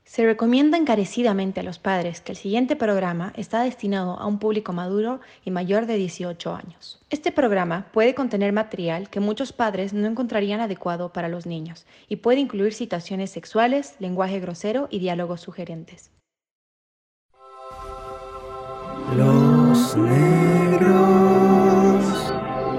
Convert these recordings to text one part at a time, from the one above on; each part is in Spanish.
Se recomienda encarecidamente a los padres que el siguiente programa está destinado a un público maduro y mayor de 18 años. Este programa puede contener material que muchos padres no encontrarían adecuado para los niños y puede incluir situaciones sexuales, lenguaje grosero y diálogos sugerentes. Los negros.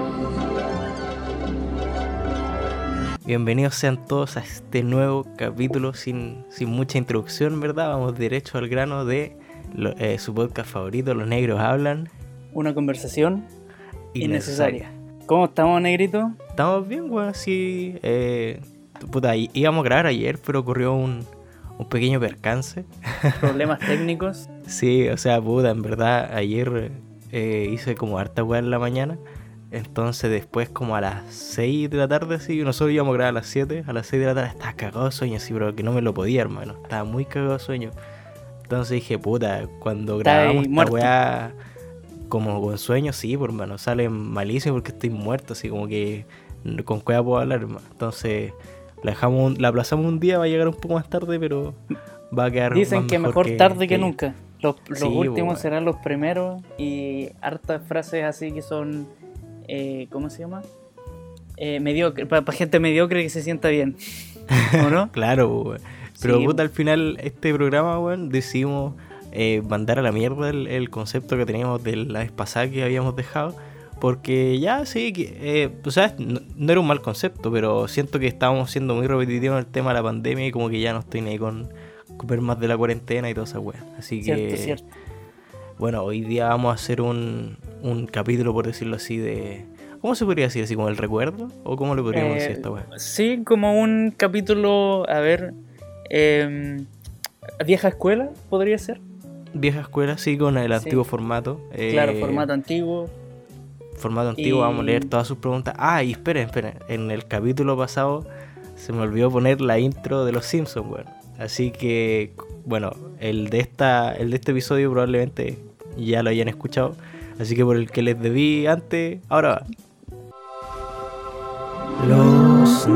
Bienvenidos sean todos a este nuevo capítulo sin mucha introducción, ¿verdad? Vamos derecho al grano de su podcast favorito, Los Negros Hablan. Una conversación innecesaria. ¿Cómo estamos, negrito? Estamos bien, weón, sí. Íbamos a grabar ayer, pero ocurrió un pequeño percance. Problemas técnicos. Sí, o sea, en verdad, ayer hice como harta weá en la mañana. Entonces después como a las 6 de la tarde, sí, nosotros íbamos a grabar a las 7, a las 6 de la tarde estaba cagado de sueño, sí, pero que no me lo podía, hermano, estaba muy cagado de sueño. Entonces dije, cuando grabamos esta weá como con sueño, sí, pues, hermano, sale malísimo porque estoy muerto, así como que con cueva puedo hablar, hermano. Entonces la aplazamos un día, va a llegar un poco más tarde, pero va a quedar Dicen más que mejor tarde que nunca. Los sí, últimos serán los primeros y hartas frases así que son... ¿cómo se llama? Mediocre, para gente mediocre que se sienta bien, ¿o no? Claro, weón. Pero Sí, al final este programa, weón, decidimos mandar a la mierda el concepto que teníamos de la vez pasada que habíamos dejado. Porque ya sí, tú sabes, no era un mal concepto, pero siento que estábamos siendo muy repetitivos en el tema de la pandemia y como que ya no estoy ni con ver más de la cuarentena y toda esa weá. Así que... Cierto. Bueno, hoy día vamos a hacer un capítulo, por decirlo así, de... ¿Cómo se podría decir? ¿Así como el recuerdo? ¿O cómo le podríamos decir esta weá? Sí, como un capítulo, a ver... ¿vieja escuela podría ser? Vieja escuela, sí, con el antiguo formato. Claro, formato antiguo. Formato antiguo, vamos a leer todas sus preguntas. Ah, y esperen. En el capítulo pasado se me olvidó poner la intro de los Simpsons, weón. Así que, bueno, el de este episodio probablemente ya lo hayan escuchado. Así que por el que les debí antes, ahora va. Los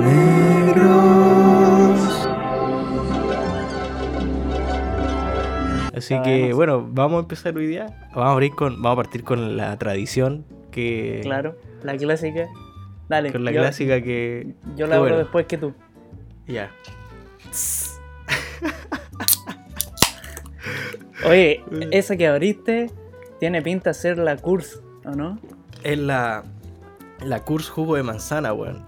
negros. Así que, bueno, vamos a empezar hoy día. Vamos a partir con la tradición que... Claro, la clásica. Dale. Con la clásica que... Yo la abro después que tú. Ya. Oye, esa que abriste tiene pinta de ser la Kurs, ¿o no? Es la Kurs jugo de manzana, weón.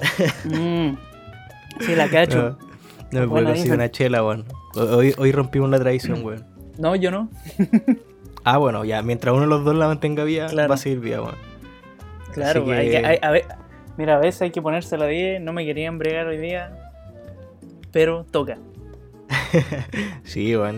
Sí, la cacho. No me puedo conseguir una chela, weón. Hoy rompimos la tradición, weón. No, yo no. Bueno, ya, mientras uno de los dos la mantenga viva, claro, va a seguir viva, weón. Claro, mira, a veces hay que ponerse la 10, no me quería embriagar hoy día, pero toca. Sí, weón,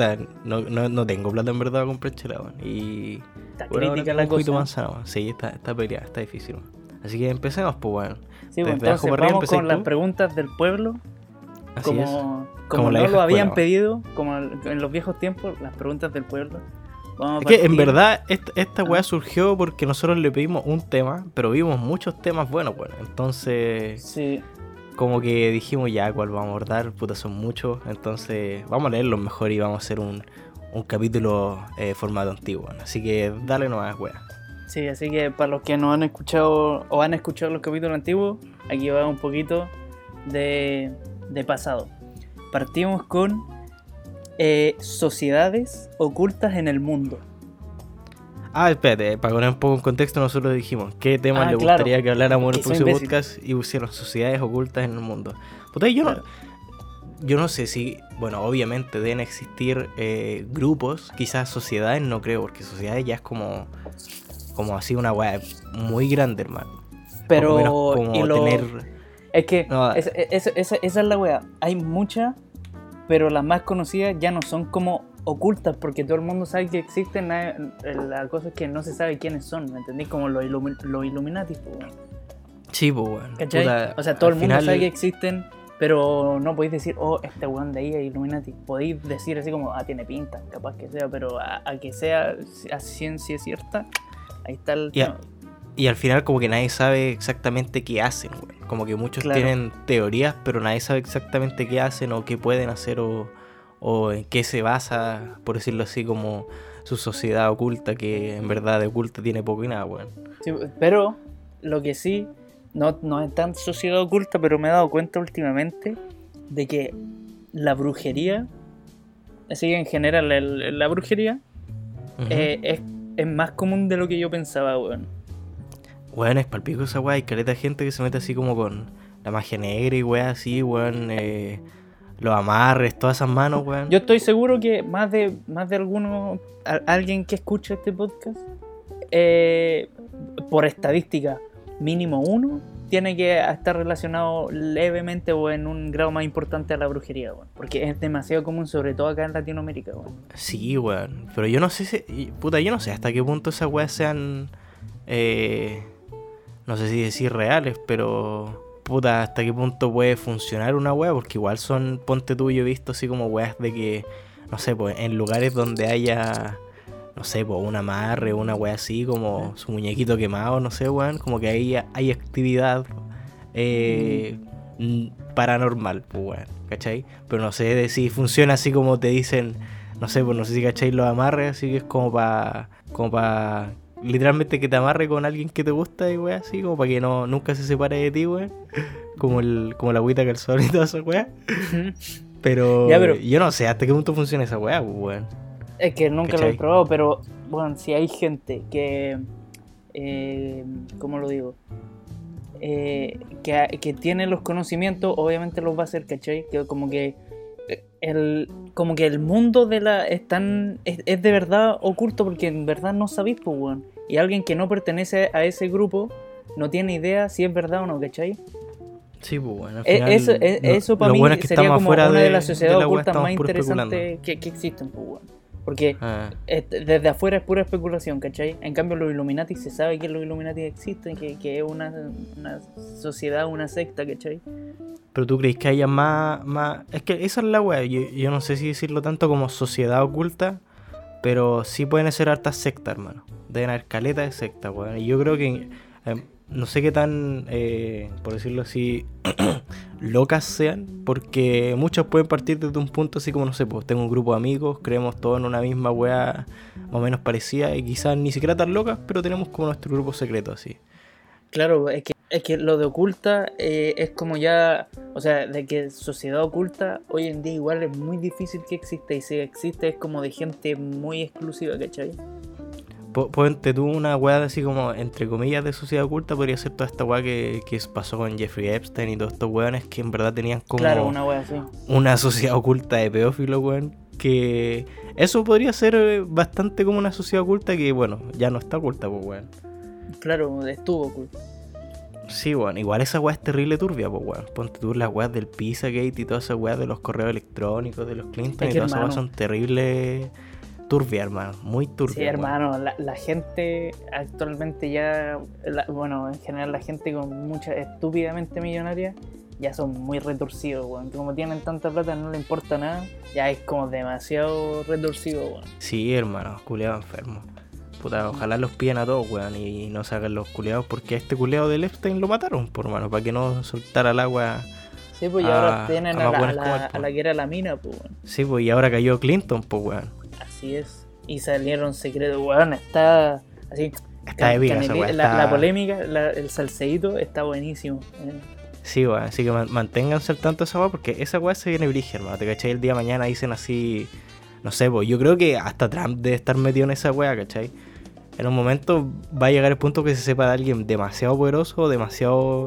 no tengo plata en verdad para comprar chela, weón. Y... Está crítica la cosa. Manzana, weón. Sí, está peleada, está difícil, weón. Así que empecemos, pues, weón. Sí, pues entonces vamos con las preguntas del pueblo. Así como no lo habían pedido, como en los viejos tiempos, las preguntas del pueblo. Es que en verdad esta weá surgió porque nosotros le pedimos un tema, pero vimos muchos temas buenos, bueno. Entonces, sí, como que dijimos ya, ¿cuál vamos a abordar? Puta, son muchos. Entonces, vamos a leerlos mejor y vamos a hacer un capítulo formato antiguo. Así que dale nomás, weá. Sí, así que para los que no han escuchado o han escuchado los capítulos antiguos, aquí va un poquito de pasado. Partimos con sociedades ocultas en el mundo. Espérate, para poner un poco en contexto, nosotros dijimos qué temas le gustaría que habláramos en el próximo podcast y pusieron sociedades ocultas en el mundo. Puta, yo no sé si, bueno, obviamente deben existir grupos, quizás sociedades, no creo, porque sociedades ya es como así una weá muy grande, hermano. Pero tener... Es que esa es la weá. Hay muchas, pero las más conocidas ya no son como ocultas, porque todo el mundo sabe que existen. La cosa es que no se sabe quiénes son, ¿me entendís? Como los Illuminati, pues, weón. Sí, pues, weón. ¿Cachai? O sea, todo el mundo sabe que existen, pero no podéis decir, este weón de ahí es Illuminati. Podéis decir así como, tiene pinta, capaz que sea, pero a que sea a ciencia cierta, ahí está el... Y al final como que nadie sabe exactamente qué hacen, güey. Como que muchos tienen teorías, pero nadie sabe exactamente qué hacen o qué pueden hacer o o en qué se basa, por decirlo así, como su sociedad oculta, que en verdad de oculta tiene poco y nada, weón. Sí, pero lo que sí, no es tan sociedad oculta, pero me he dado cuenta últimamente de que la brujería, así que en general la brujería, es más común de lo que yo pensaba, weón. Weón, es palpico esa weá, hay caleta de gente que se mete así como con la magia negra y weá así, weón, los amarres, todas esas manos, weón. Yo estoy seguro que más de alguien que escucha este podcast, por estadística, mínimo uno, tiene que estar relacionado levemente o en un grado más importante a la brujería, weón. Porque es demasiado común, sobre todo acá en Latinoamérica, weón. Sí, weón, pero yo no sé yo no sé hasta qué punto esas weas sean, no sé si decir reales, pero puta, hasta qué punto puede funcionar una wea, porque igual son, ponte tú, yo he visto así como weas de que, no sé, pues en lugares donde haya, no sé, pues un amarre, una wea así, como su muñequito quemado, no sé, weón, como que ahí hay actividad paranormal, pues weón, ¿cachai? Pero no sé de si funciona así como te dicen, no sé, pues no sé si cachai los amarres, así que es como para literalmente que te amarre con alguien que te gusta y weá, así como para que nunca se separe de ti, weón. Como la agüita calzón y toda esa weá. Pero yo no sé hasta qué punto funciona esa weá, weón. Es que nunca ¿cachai? Lo he probado, pero bueno, si hay gente que, ¿cómo lo digo? Que tiene los conocimientos, obviamente los va a hacer, ¿cachai? Que como que el mundo es de verdad oculto, porque en verdad no sabéis, pues, weón. Y alguien que no pertenece a ese grupo no tiene idea si es verdad o no, ¿cachai? Sí, pues, bueno, al final, eso para mí bueno es que sería como una de las sociedades ocultas más interesantes que existen, pues, weón. Porque desde afuera es pura especulación, ¿cachai? En cambio los Illuminati, se sabe que los Illuminati existen, que es una sociedad, una secta, ¿cachai? Pero tú crees que haya más... Es que esa es la weá, yo no sé si decirlo tanto como sociedad oculta, pero sí pueden ser hartas sectas, hermano. Deben haber caletas de sectas, weón. Y yo creo que... no sé qué tan, por decirlo así, locas sean, porque muchos pueden partir desde un punto así como, no sé, pues tengo un grupo de amigos, creemos todos en una misma weá más o menos parecida, y quizás ni siquiera tan locas, pero tenemos como nuestro grupo secreto así. Claro, es que lo de oculta es como ya, o sea, de que sociedad oculta hoy en día igual es muy difícil que exista, y si existe es como de gente muy exclusiva, ¿cachai? Ponte tú una weá así como, entre comillas, de sociedad oculta, podría ser toda esta weá que pasó con Jeffrey Epstein y todos estos weones que en verdad tenían como... Claro, una weá así. Una sociedad oculta de pedófilos, weón. Que eso podría ser bastante como una sociedad oculta que, bueno, ya no está oculta, pues, weón. Claro, estuvo oculta. Sí, weón, igual esa weá es terrible turbia, pues, weón. Ponte tú las weas del Pizzagate y todas esas weas de los correos electrónicos, de los Clinton, y todas esas weas son terribles... turbia, hermano, muy turbia. Sí, hermano, la gente actualmente ya, bueno, en general la gente con mucha estúpidamente millonaria ya son muy retorcidos, weón. Como tienen tanta plata, no le importa nada, ya es como demasiado retorcido, weón. Sí, hermano, culeado enfermo. Puta, ojalá los pillen a todos, weón, y no se hagan los culeados, porque a este culeado del Epstein lo mataron, por hermano, para que no soltara el agua. Sí, pues y ahora tienen a la que era la mina, pues, weón. Sí, pues y ahora cayó Clinton, pues, weón. Así es. Y salieron secretos, weón, está así. Está épica esa weá. La polémica, el salseíto está buenísimo. Sí, weón, así que manténganse al tanto de esa weá, porque esa weá se viene brígida, hermano. Te cachai, el día de mañana dicen así, no sé, pues yo creo que hasta Trump debe estar metido en esa weá, ¿cachai? En un momento va a llegar el punto que se sepa de alguien demasiado poderoso, demasiado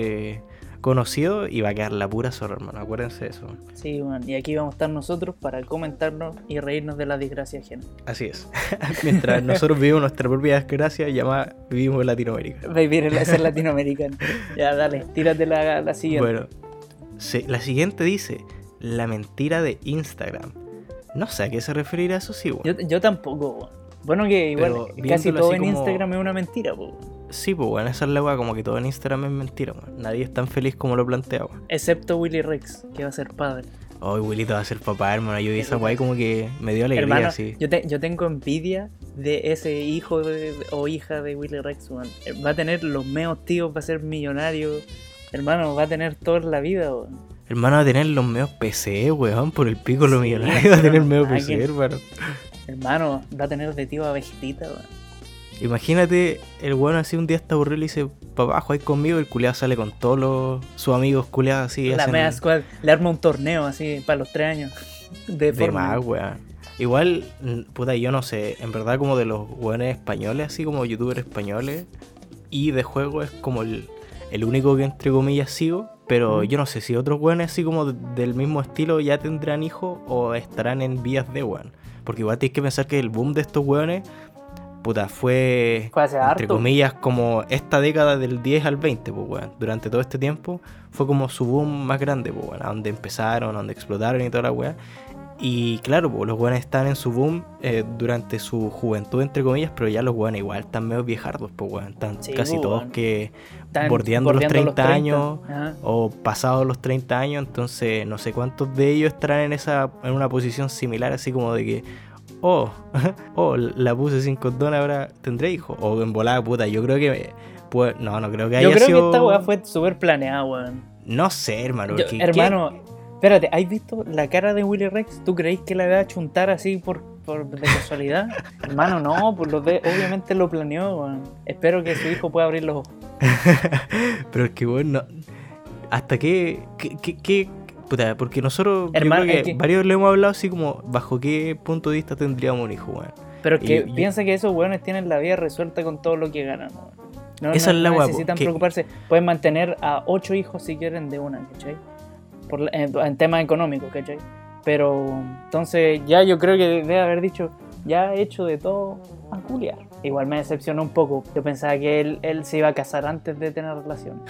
conocido, y va a quedar la pura zorra, hermano. Acuérdense de eso. Sí, bueno, y aquí vamos a estar nosotros para comentarnos y reírnos de la desgracia ajena. Así es. Mientras nosotros vivimos nuestra propia desgracia, llamada vivimos en Latinoamérica. Vivir ser latinoamericano. Ya, dale, tírate la siguiente. Bueno, sí, la siguiente dice: la mentira de Instagram. No sé a qué se referirá eso, sí, bueno. Yo tampoco, bueno. Bueno, que igual casi todo en Instagram es una mentira, pues. Sí, pues bueno, esa es la weá, como que todo en Instagram es mentira, weón. Nadie es tan feliz como lo plantea, weón. Excepto Willy Rex, que va a ser padre. Oh, Willito va a ser papá, hermano. Yo vi esa weá y como que me dio alegría, hermano, sí. Yo tengo envidia de ese hijo o hija de Willy Rex, weón. Va a tener los meos tíos, va a ser millonario. Hermano, va a tener toda la vida, weón. Hermano, va a tener los medios PC, weón, por el pico lo millonario va a tener medio PC, hermano. Hermano, va a tener de tío a Vegetita, weón. Imagínate, el weón así un día está aburrido y le dice, papá, jugáis conmigo, y el culiado sale con todos sus amigos culiados así. La media squad, le arma un torneo así para los 3 años. De más, weón. Igual, puta, yo no sé, en verdad como de los weones españoles, así como youtubers españoles, y de juego es como el único que entre comillas sigo, pero yo no sé si otros weones así como del mismo estilo ya tendrán hijos o estarán en vías de weón. Porque igual tienes que pensar que el boom de estos weones, puta, fue hace entre harto. comillas como esta década del 10 al 20, pues weón. Durante todo este tiempo fue como su boom más grande, pues weón, a donde empezaron, a donde explotaron y toda la weá. Y claro, pues los weones están en su boom durante su juventud, entre comillas, pero ya los weones igual están medio viejardos, pues weón. Están casi todos que bordeando los 30 años o pasados los 30 años, entonces no sé cuántos de ellos estarán en una posición similar, así como de que la puse sin condón, ahora tendré hijos. O en volada, puta, yo creo que pues, no creo que haya sido... Yo creo que esta weá fue súper planeada, weón. No sé, hermano. Hermano, espérate, ¿has visto la cara de Willy Rex? ¿Tú creéis que la va a chuntar así por de casualidad? Hermano, no, pues obviamente lo planeó, weón. Espero que su hijo pueda abrir los ojos. Pero es que, weón, no... ¿Hasta qué puta, porque nosotros, hermano, yo creo que varios le hemos hablado así como bajo qué punto de vista tendríamos un hijo, weón. Pero es que piensa que esos weones tienen la vida resuelta con todo lo que ganan, weón. No necesitan preocuparse. Pueden mantener a 8 hijos si quieren de una, ¿cachai? En temas económicos, ¿cachai? Pero entonces ya yo creo que debe haber dicho, ya he hecho de todo a culiar. Igual me decepcionó un poco. Yo pensaba que él se iba a casar antes de tener relación.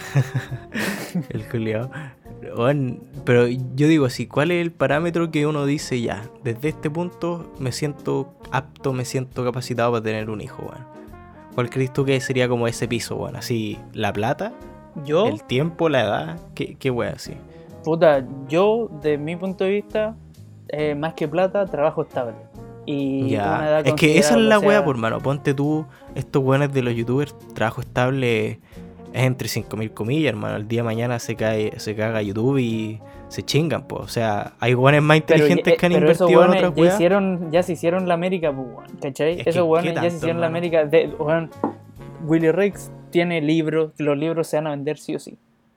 El culiao. Bueno, pero yo digo así, ¿cuál es el parámetro que uno dice ya? Desde este punto me siento apto, me siento capacitado para tener un hijo, bueno. ¿Cuál crees tú que sería como ese piso, bueno? Así, ¿la plata? ¿Yo? ¿El tiempo, la edad? ¿Qué wea así? Puta, yo, de mi punto de vista, más que plata, trabajo estable. Y ya, una edad es que esa es la o sea, wea, por mano. Ponte tú, estos weones de los youtubers, trabajo estable es entre 5.000 comillas, hermano. El día de mañana se caga YouTube y se chingan, pues. O sea, hay weones más inteligentes que han invertido en otras weas. Ya se hicieron la América, pues, ¿cachai? Esos weones ya se hicieron la América. Willy Rex tiene libros, los libros se van a vender sí o sí.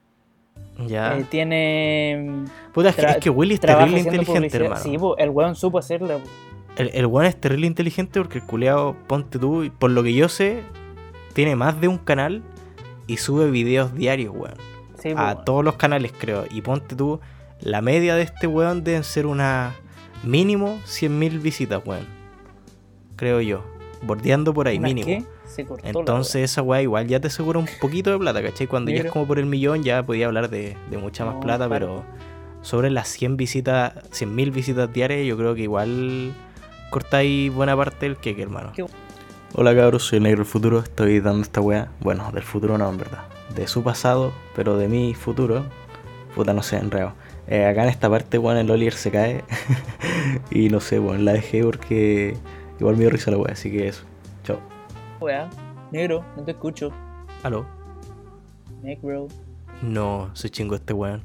Ya. Tiene. Puta, es que Willy es terrible inteligente, publicidad. hermano. Sí, el weón supo hacerla. El weón es terrible inteligente porque el culeado, ponte tú, y por lo que yo sé, tiene más de un canal y sube videos diarios, weón. Sí, a todos los canales, creo. Y ponte tú, la media de este weón deben ser una mínimo 100.000 visitas, weón. Creo yo. Bordeando por ahí, mínimo. ¿Qué? Entonces esa weá igual ya te asegura un poquito de plata, ¿cachai? Cuando ya es como por el millón ya podía hablar de mucha más plata, pero sobre las 100 visitas, 100.000 visitas diarias, yo creo que igual cortáis buena parte del queque, hermano. Hola cabros, soy Negro del Futuro, estoy dando esta weá. Bueno, del futuro no, en verdad. De su pasado, pero de mi futuro. Puta, no sé, enredo. Acá en esta parte, weón, el Oliver se cae. Y no sé, weón, la dejé porque igual me dio risa la weá, así que eso. Chao. Weá, negro, no te escucho. ¿Aló? Negro. No, se chingó este weón.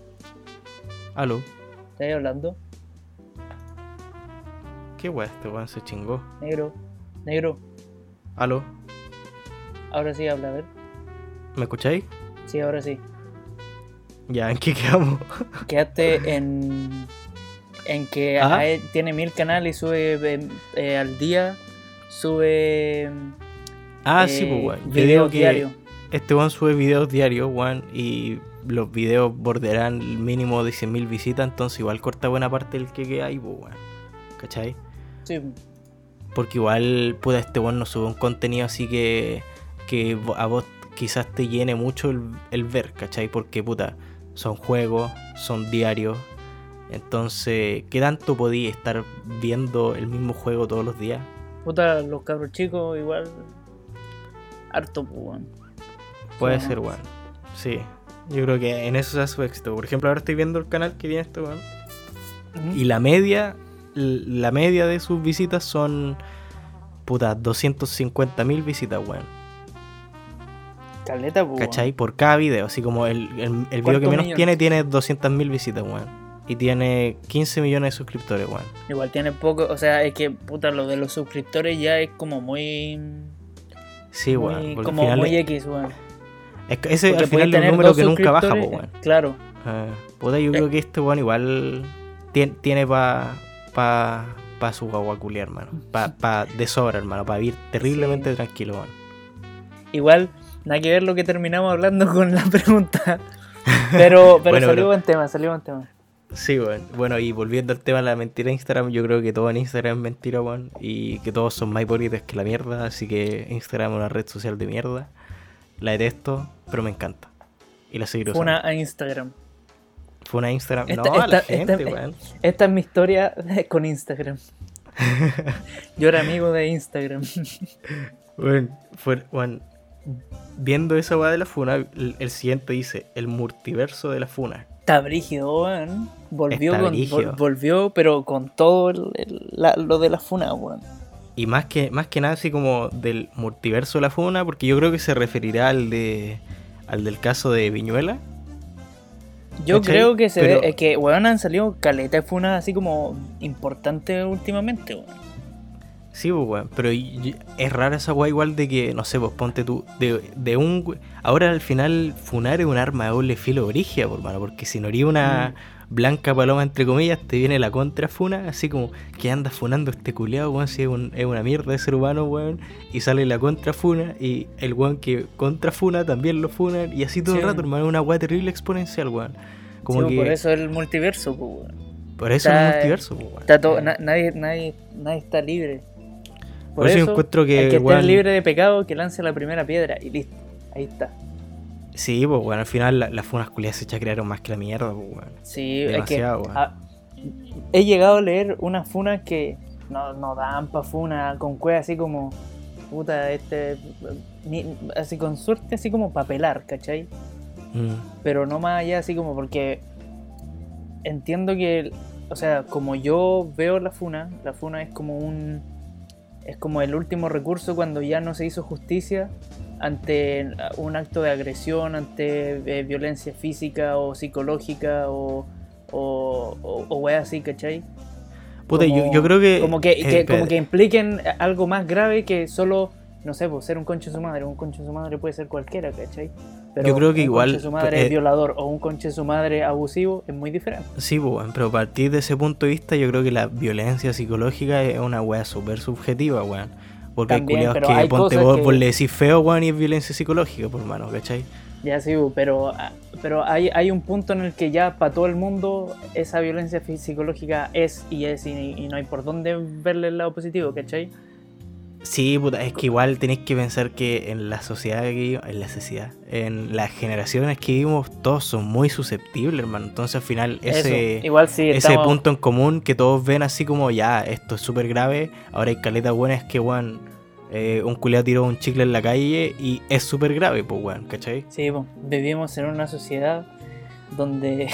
¿Aló? ¿Estás hablando? ¿Qué weá este weón se chingó? Negro. ¿Aló? Ahora sí habla, a ver. ¿Me escucháis? Sí, ahora sí. Ya, ¿en qué quedamos? Quedaste en que tiene 1000 canales y sube al día, sube sí, pues weón. Yo videos digo que diarios. este weón sube videos diarios, weón, y los videos borderarán el mínimo de 100.000 visitas, entonces igual corta buena parte del que hay, pues weón. ¿Cachai? Sí. Porque igual, puta, este weón no sube un contenido así que a vos quizás te llene mucho el ver, ¿cachai? Porque, puta, son juegos, son diarios. Entonces, ¿qué tanto podí estar viendo el mismo juego todos los días? Puta, los cabros chicos igual harto, pues, weón. Puede ser, weón. Sí. Yo creo que en eso se hace éxito. Por ejemplo, ahora estoy viendo el canal que tiene este weón. Y la media de sus visitas son, puta, 250.000 visitas, weón. Caleta, pues. ¿Cachai? Por cada video. Así como el video que menos tiene 200.000 visitas, weón. Y tiene 15 millones de suscriptores, weón. Igual tiene poco, o sea, es que, puta, lo de los suscriptores ya es como muy... Sí, weón. Como muy X, weón. Ese al final es un número que nunca baja, pues, weón. Claro. Puta, yo creo que este weón igual tiene pa su guaguaculia, hermano. De sobra, hermano. Para vivir terriblemente tranquilo, weón. Igual, nada que ver lo que terminamos hablando con la pregunta. Pero bueno, salió buen tema. Sí, weón. Bueno, y volviendo al tema de la mentira de Instagram, yo creo que todo en Instagram es mentira, weón. Y que todos son más hipócritas que la mierda. Así que Instagram es una red social de mierda. La detesto, pero me encanta. Y la seguiré usando. Fue una Instagram. Fue una Instagram. No, la gente, weón. Esta es mi historia con Instagram. Yo era amigo de Instagram. Bueno, viendo esa weá de la funa, el siguiente dice: el multiverso de la funa. Está brígido, weón. Volvió, pero con todo lo de la funa, weón. Y más que nada así como del multiverso de la funa, porque yo creo que se referirá al del caso de Viñuela. Yo creo que es que, weón, han salido caleta de funas así como importantes últimamente, weón. Sí, pues, weón, pero es rara esa weá igual de que, no sé, pues ponte tú, de un... Ahora al final funar es un arma de doble filo brígida, por mano, porque si no haría una blanca paloma, entre comillas, te viene la contrafuna, así como que andas funando este culiado, weón, si es una mierda de ser humano, weón, y sale la contrafuna, y el weón que contrafuna también lo funan, y así todo el rato, hermano, es una weá terrible exponencial, weón. Como que... por eso es el multiverso, pues, weón. Por eso es el multiverso, pues, weón. Está todo, nadie está libre. Por eso encuentro que... El que esté libre de pecado, que lance la primera piedra, y listo, ahí está. Sí, pues bueno, al final las funas culiadas se crearon más que la mierda, pues bueno. Sí, demasiado, es que he llegado a leer unas funas que no dan pa' funa, con cueva así como, puta, así con suerte, así como pa' pelar, ¿cachai? Pero no más allá, así como porque entiendo que, o sea, como yo veo la funa es como el último recurso cuando ya no se hizo justicia ante un acto de agresión, ante violencia física o psicológica o wea así, ¿cachai? Puta, yo creo que... Como que impliquen algo más grave que solo, no sé, pues ser un concho de su madre. Un concho de su madre puede ser cualquiera, ¿cachai? Pero yo creo que igual... un concho de su madre es violador o un concho de su madre abusivo es muy diferente. Sí, pues, pero a partir de ese punto de vista yo creo que la violencia psicológica es una wea súper subjetiva, weón. Porque también, hay culiados que ponte vos le decís feo, weón, y es violencia psicológica, por mano, ¿cachai? Ya sí, pero hay un punto en el que ya para todo el mundo esa violencia psicológica es y no hay por dónde verle el lado positivo, ¿cachai? Sí, puta, es que igual tenéis que pensar que en la sociedad en las generaciones que vivimos, todos son muy susceptibles, hermano. Entonces al final ese punto en común que todos ven así como ya, esto es súper grave, ahora hay caletas buenas que, weón, un culiao tiró un chicle en la calle y es súper grave, pues, weón, ¿cachai? Sí, pues, vivimos en una sociedad donde,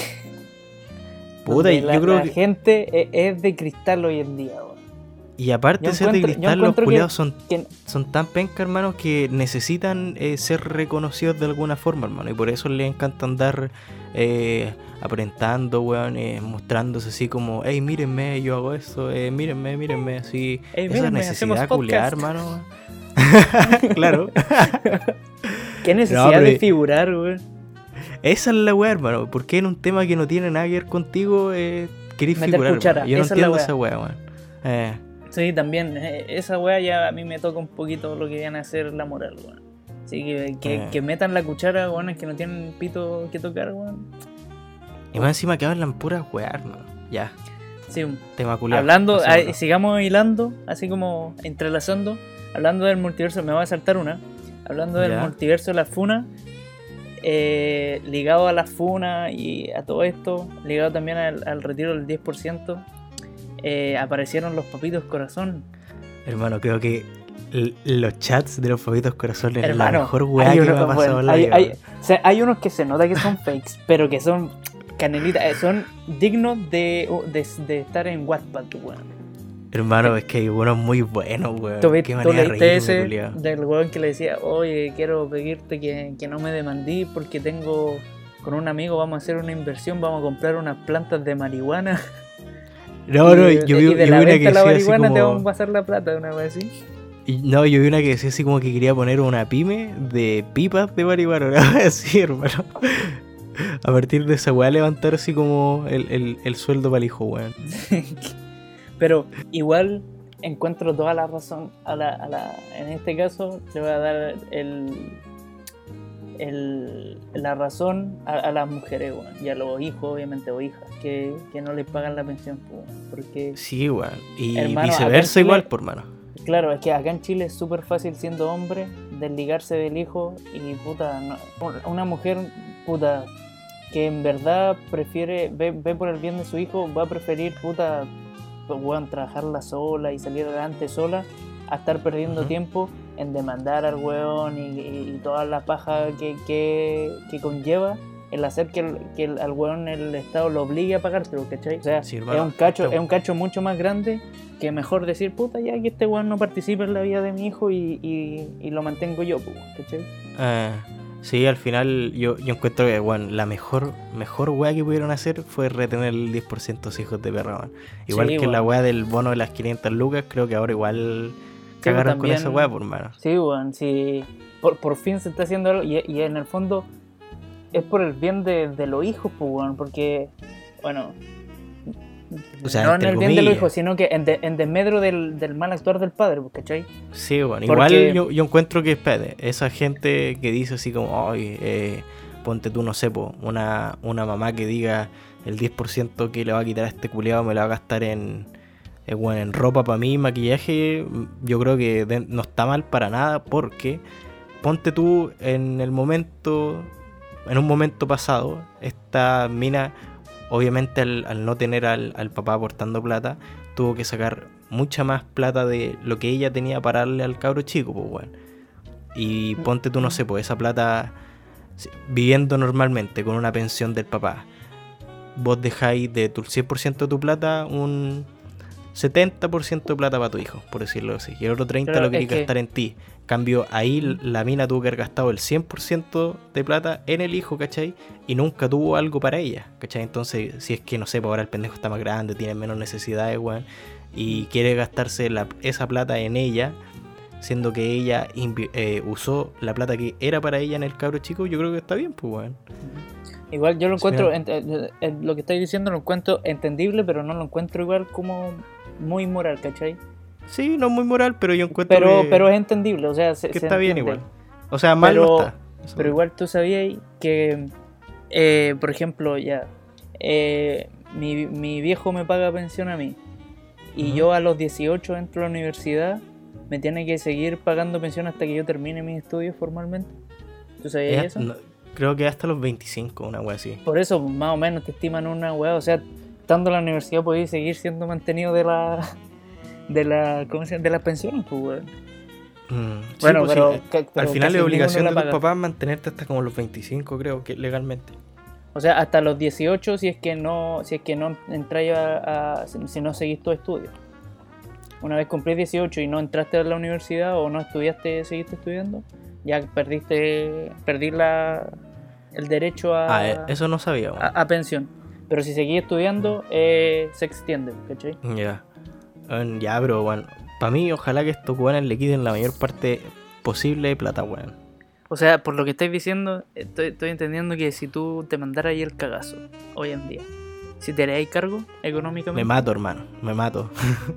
puta, donde yo creo que la gente es de cristal hoy en día, weón. Y aparte de ser de cristal, los culiados son tan penca, hermano, que necesitan ser reconocidos de alguna forma, hermano. Y por eso les encanta andar aparentando, weón, mostrándose así como, hey, mírenme, yo hago esto, mírenme, así. Hey, esa mírenme, necesidad de culiar, hermano. Claro. ¿Qué necesidad de figurar, weón? Esa es la weá, hermano. ¿Por qué en un tema que no tiene nada que ver contigo querés figurar, hermano? Yo no entiendo esa weá, weón. Sí, también, esa weá ya a mí me toca un poquito lo que viene a ser la moral, weón. Así que metan la cuchara, weón, es que no tienen pito que tocar, weón. Y más encima que hablan puras weá, hermano. Ya. Sí, tema culiado. Hablando, sigamos hilando, así como entrelazando. Hablando del multiverso, me voy a saltar una. Hablando del multiverso de la funa, ligado a la funa y a todo esto, ligado también al retiro del 10%. Aparecieron los papitos corazón. Hermano, creo que los chats de los papitos corazón es la mejor weá que me ha pasado en la vida. O sea, hay unos que se nota que son fakes, pero que son canelitas, son dignos de estar en Wattpad, weón. Hermano, es que hay unos muy buenos, weón. ¿Tú Qué manera de leíste reírme, ese culiao. del weón que le decía, oye, quiero pedirte que no me demandí porque tengo, con un amigo vamos a hacer una inversión, vamos a comprar unas plantas de marihuana. No, y yo vi de una la que venta de la decía así marihuana te vamos a como... pasar la plata, una vez así. No, yo vi una que decía así como que quería poner una pyme de pipas de marihuana, una vez así, hermano. A partir de esa weá levantar así como el sueldo para el hijo, weón. Pero igual encuentro toda la razón en este caso le voy a dar la razón a las mujeres, weón, y a los hijos, obviamente, o hijas, que no les pagan la pensión, weón, porque... Sí, weón. Y hermano, viceversa Chile, igual, por mano. Claro, es que acá en Chile es súper fácil siendo hombre desligarse del hijo y puta, una mujer, puta, que en verdad prefiere, ve por el bien de su hijo, va a preferir, puta, pues, bueno, trabajarla sola y salir adelante sola, a estar perdiendo tiempo en demandar al weón y toda la paja que conlleva el hacer que al weón el Estado lo obligue a pagártelo, ¿cachai? O sea, sí, hermano, es un cacho mucho más grande que mejor decir, puta, ya que este weón no participa en la vida de mi hijo y lo mantengo yo, ¿cachai? Sí, al final yo encuentro que, bueno, la mejor weá que pudieron hacer fue retener el 10% de los hijos de perra, man. Igual sí, que bueno, la weá del bono de las 500 lucas, creo que ahora igual cagaron también, con esa weá, por mano. Sí, bueno, sí, por fin se está haciendo algo y en el fondo es por el bien de los hijos, pues, bueno, porque, bueno... O sea, no en el bien de los hijos, sino que en desmedro del mal actuar del padre, ¿cachai? Sí, bueno, porque... igual yo encuentro que, espérate, esa gente que dice así como, ay, ponte tú, no sé, una mamá que diga el 10% que le va a quitar a este culiado me la va a gastar en ropa para mí, maquillaje, yo creo que no está mal para nada, porque ponte tú en un momento pasado, esta mina... Obviamente al no tener al papá aportando plata, tuvo que sacar mucha más plata de lo que ella tenía para darle al cabro chico, pues bueno. Y ponte tú, no sé, pues esa plata, viviendo normalmente con una pensión del papá, vos dejáis de tu 100% de tu plata un 70% de plata para tu hijo, por decirlo así. Y el otro 30% lo querías gastar en ti. Cambio, ahí la mina tuvo que haber gastado el 100% de plata en el hijo, ¿cachai? Y nunca tuvo algo para ella, ¿cachai? Entonces, si es que, no sé, pues ahora el pendejo está más grande, tiene menos necesidades, weón, y quiere gastarse esa plata en ella, siendo que ella usó la plata que era para ella en el cabro chico, yo creo que está bien, pues, weón. Igual yo lo encuentro, lo que estáis diciendo lo encuentro entendible, pero no lo encuentro igual como muy moral, ¿cachai? Sí, no es muy moral, pero yo encuentro pero es entendible, o sea, que está bien igual. O sea, mal no está. Pero igual tú sabías que, por ejemplo, ya, mi viejo me paga pensión a mí, y yo a los 18 entro a la universidad, me tiene que seguir pagando pensión hasta que yo termine mis estudios formalmente. ¿Tú sabías eso? No, creo que hasta los 25, una wea así. Por eso, más o menos, te estiman una wea, o sea, estando en la universidad podéis seguir siendo mantenido de las pensiones, pues, weón. Bueno, sí, pues, pero al final es obligación de tus papás mantenerte hasta como los 25, creo que legalmente. O sea, hasta los 18 si es que no entráis si no seguís tu estudio. Una vez cumplís 18 y no entraste a la universidad o no estudiaste, seguiste estudiando, ya perdí el derecho eso no sabía, a pensión. Pero si seguís estudiando, se extiende, ¿cachai? Ya. Ya, pero bueno, para mí ojalá que estos weones le quiten la mayor parte posible de plata, weón. O sea, por lo que estáis diciendo, estoy entendiendo que si tú te mandaras ahí el cagazo, hoy en día, si te haréis cargo económicamente... Me mato, hermano, me mato.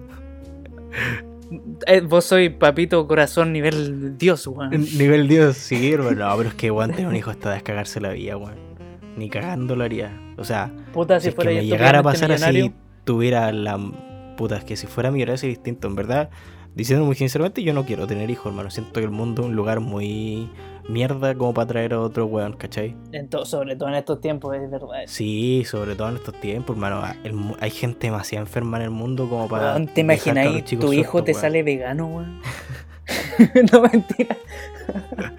Vos sois papito corazón nivel Dios, weón. Nivel Dios, sí, hermano. No, pero es que weón, tener un hijo hasta descagarse la vida, weón. Ni cagando lo haría. O sea, puta, si es que me llegara a pasar así, tuviera la... Puta, es que si fuera millonario sería distinto, en verdad. Diciendo muy sinceramente, yo no quiero tener hijos, hermano. Siento que el mundo es un lugar muy mierda como para traer a otro weón, ¿cachai? Sobre todo en estos tiempos, es verdad. Sí, sobre todo en estos tiempos, hermano. Hay gente demasiado enferma en el mundo como para... ¿Te imagináis tu hijo te sale vegano, weón? No, mentira.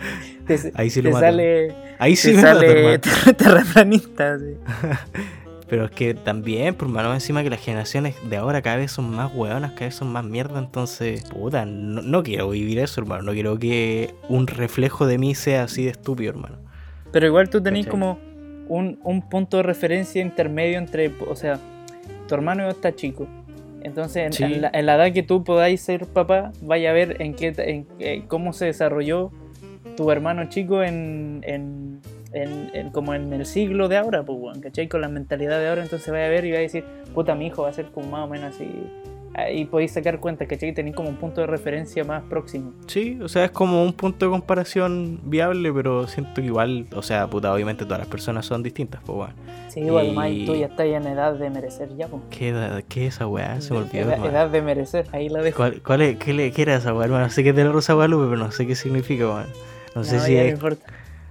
Ahí sí lo mato. Ahí sí te sale terraplanista, sí. Pero es que también, por mano, encima que las generaciones de ahora cada vez son más hueonas, cada vez son más mierda, entonces, puta, no quiero vivir eso, hermano. No quiero que un reflejo de mí sea así de estúpido, hermano. Pero igual tú tenés como un punto de referencia intermedio entre, o sea, tu hermano está chico. Entonces, en la edad que tú podáis ser papá, vaya a ver cómo se desarrolló tu hermano chico como en el siglo de ahora, pues, bueno, ¿cachai? Con la mentalidad de ahora, entonces vaya a ver y va a decir, puta, mi hijo va a ser como más o menos así. Ahí podéis sacar cuenta, ¿cachai? Tenéis como un punto de referencia más próximo. Sí, o sea, es como un punto de comparación viable, pero siento que igual, o sea, puta, obviamente todas las personas son distintas, pues, bueno. Sí, igual, además tú ya estás en edad de merecer ya, pues. ¿Qué es esa weá? Se me olvidó, edad de merecer, ahí la dejo. ¿Qué era esa weá, hermano? Sé que es de la Rosa Guadalupe, pero no sé qué significa, weón. No sé si ya es... no importa.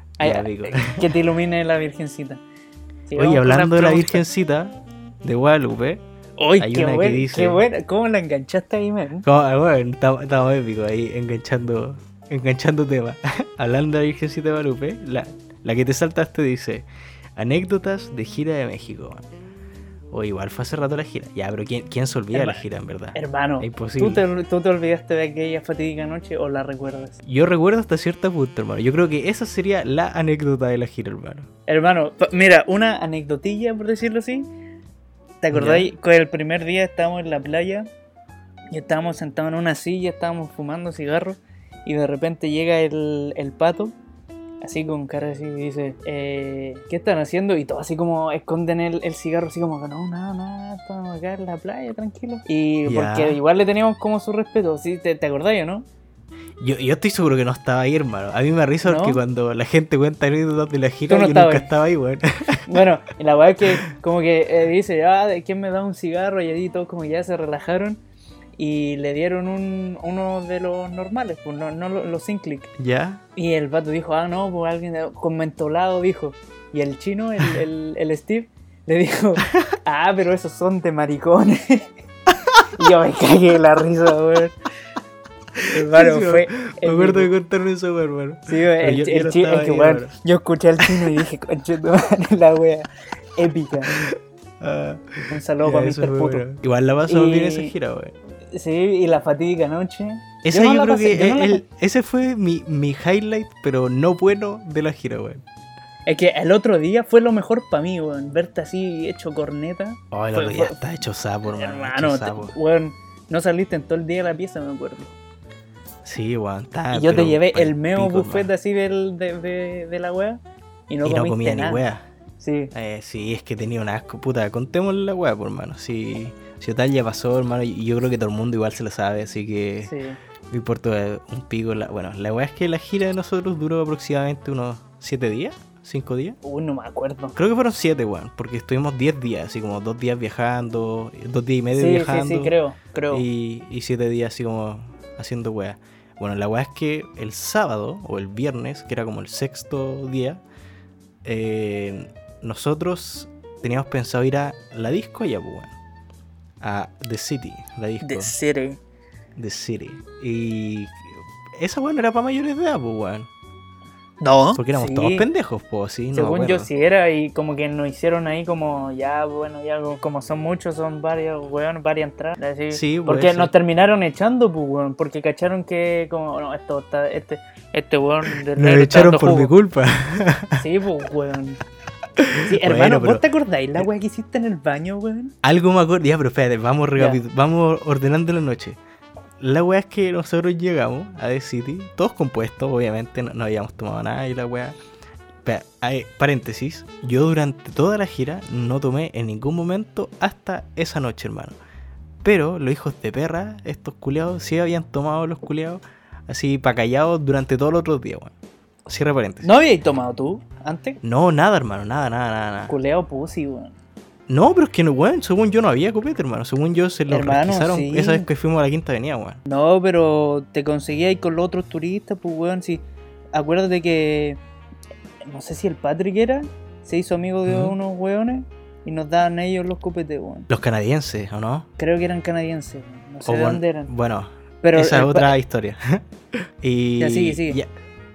Que te ilumine la Virgencita. Sí, oye, hablando de la Virgencita de Guadalupe, hay una que dice... Qué buena, ¿cómo la enganchaste ahí, man? Bueno, estamos épicos ahí, enganchando temas. Hablando de la Virgencita de Guadalupe, la que te saltaste dice, anécdotas de gira de México, man. O igual fue hace rato la gira. Ya, pero ¿quién se olvida de la gira, en verdad? Hermano, ¿tú te olvidaste de aquella fatídica noche o la recuerdas? Yo recuerdo hasta cierto punto, hermano. Yo creo que esa sería la anécdota de la gira, hermano. Hermano, mira, una anecdotilla, por decirlo así. ¿Te acordáis que el primer día estábamos en la playa y estábamos sentados en una silla, estábamos fumando cigarros y de repente llega el pato, así con cara así, y dice, ¿qué están haciendo? Y todo así como esconden el cigarro, así como, no, nada, estamos acá en la playa, tranquilo. Y porque igual le teníamos como su respeto, ¿sí? ¿Te acordáis o no? Yo estoy seguro que no estaba ahí, hermano. A mí me risa porque cuando la gente cuenta anécdotas de la gira, yo nunca estaba ahí, weón. Bueno, y la weá es que como que dice, ¿de quién me da un cigarro? Y ahí todos como ya se relajaron y le dieron uno de los normales, pues no los sin click. ¿Ya? Y el vato dijo, no, pues alguien con mentolado, dijo. Y el chino, el Steve, le dijo, pero esos son de maricones. Y yo me cagué la risa, weón. Hermano, me acuerdo de contarme eso, hermano. Sí, el chino, es que bueno, yo escuché al chino y dije, conchetumare, la wea épica. Un saludo para Mr. Puto. Bueno. Igual la pasó bien esa gira, weón. Sí, y la fatídica noche. Esa yo creo que ese fue mi highlight, pero no bueno de la gira, weón. Es que el otro día fue lo mejor para mí, weón. Verte así hecho corneta. El otro día está hecho sapo, hermano. Weón, no saliste en todo el día de la pieza, me acuerdo. Sí, weón. Y yo te llevé el meo buffet así de la wea. Y no comía ni wea. Sí. Sí, es que tenía un asco. Puta, contémosle la wea, por hermano. Si tal ya pasó, hermano. Y yo creo que todo el mundo igual se lo sabe, así que... Sí. No importa un pico. Bueno, la wea es que la gira de nosotros duró aproximadamente unos 7 días. 5 días. No me acuerdo. Creo que fueron 7, weón. Porque estuvimos 10 días, así como 2 días viajando, 2 días y medio viajando. Sí, creo. Y 7 días así como haciendo weá. Bueno, la weá es que el sábado o el viernes, que era como el 6º día, nosotros teníamos pensado ir a la disco allá, pues, weón. A The City, la disco. The City. Y esa weón era para mayores de edad, pues, weón. No. Porque éramos todos pendejos, pues, sí. Según yo sí era, y como que nos hicieron ahí como, ya como son muchos, son varios, weón, varias entradas. Así, sí, porque nos terminaron echando, pues, weón, porque cacharon que, como, no, esto está, este weón... Nos echaron por mi culpa. Sí, pues, weón. Sí, hermano, ¿vos te acordáis la weá que hiciste en el baño, weón? Algo me acuerdo, ya, pero espérate, vamos ordenando la noche. La weá es que nosotros llegamos a The City, todos compuestos, obviamente, no habíamos tomado nada y la weá. Paréntesis, yo durante toda la gira no tomé en ningún momento hasta esa noche, hermano. Pero los hijos de perra, estos culiados, sí habían tomado los culiados así pa' callados durante todos los otros días, weón. Cierra paréntesis. ¿No habíais tomado tú antes? No, nada, hermano, nada. Culeado pussy, weón. No, pero es que no, weón, según yo no había copete, hermano. Según yo se lo requisaron sí. Esa vez que fuimos a la Quinta Avenida, weón. No, pero te conseguías con los otros turistas, pues, weón. Sí. Acuérdate que, no sé si el Patrick se hizo amigo de unos weones y nos daban ellos los copetes, weón. Los canadienses, ¿o no? Creo que eran canadienses, no sé de dónde eran. Bueno, pero esa es otra historia. Y ya, sigue.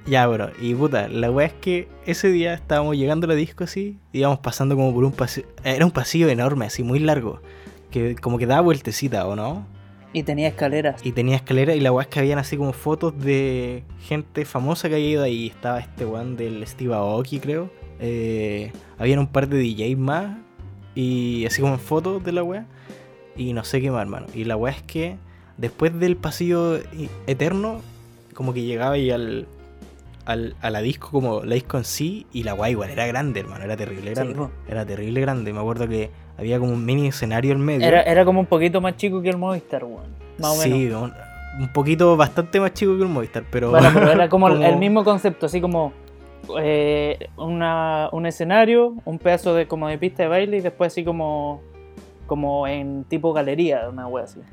Ya, bueno, y puta, la weá es que ese día estábamos llegando a la disco así, íbamos pasando como por un pasillo, era un pasillo enorme, así, muy largo, que como que daba vueltecita, ¿o no? Y tenía escaleras. Y tenía escaleras y la weá es que habían así como fotos de gente famosa que había ido ahí, estaba este weón del Steve Aoki, creo, habían un par de DJs más, y así como en fotos de la weá, y no sé qué más, hermano, y la weá es que después del pasillo eterno, como que llegaba ahí a la disco, como la disco en sí, y la guay igual era grande, hermano, era terrible grande. Sí, era terrible grande, me acuerdo que había como un mini escenario en medio. Era como un poquito más chico que el Movistar, weón. Más o menos. Sí, un poquito bastante más chico que el Movistar, pero... Bueno, pero era como el mismo concepto, así como un escenario, un pedazo de como de pista de baile y después así como en tipo galería, una wea así.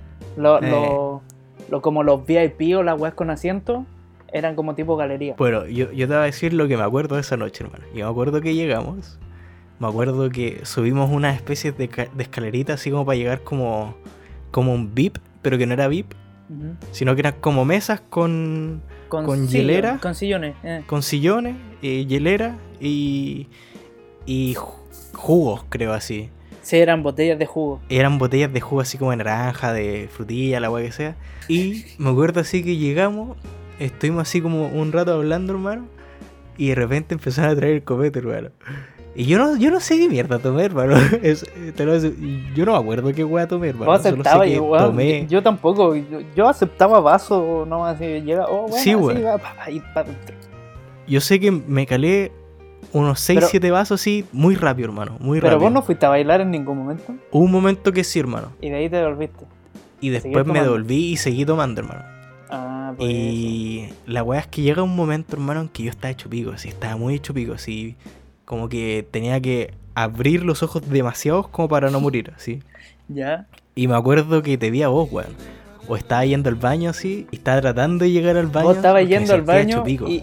Como los VIP o las weas con asiento eran como tipo galería. Bueno, yo te voy a decir lo que me acuerdo de esa noche, hermano. Yo me acuerdo que llegamos, me acuerdo que subimos unas especies de escaleritas así como para llegar como un VIP, pero que no era VIP, sino que eran como mesas con hielera. Con sillones. Con sillones, hielera y jugos, creo así. Sí, eran botellas de jugo. Eran botellas de jugo así como de naranja, de frutilla, la weá que sea. Y me acuerdo así que llegamos, estuvimos así como un rato hablando, hermano, y de repente empezaron a traer el copete, hermano. Y yo no sé qué mierda tomé, hermano. Yo no me acuerdo qué weá tomé, hermano. Vos aceptabas, tomé. Yo tampoco. Yo aceptaba vaso, no así. Llega, bueno, sí, weón. Yo sé que me calé unos 6-7 vasos así, muy rápido, hermano. Muy rápido. ¿Pero vos no fuiste a bailar en ningún momento? Hubo un momento que sí, hermano. Y de ahí te devolviste. Y después me devolví y seguí tomando, hermano. Pues y eso. La weá es que llega un momento, hermano, en que yo estaba hecho pico, así, estaba muy hecho pico, así, como que tenía que abrir los ojos demasiados como para no morir, así. Ya. Y me acuerdo que te vi a vos, weón. O estaba yendo al baño, así, y estaba tratando de llegar al baño. Vos estabas yendo al baño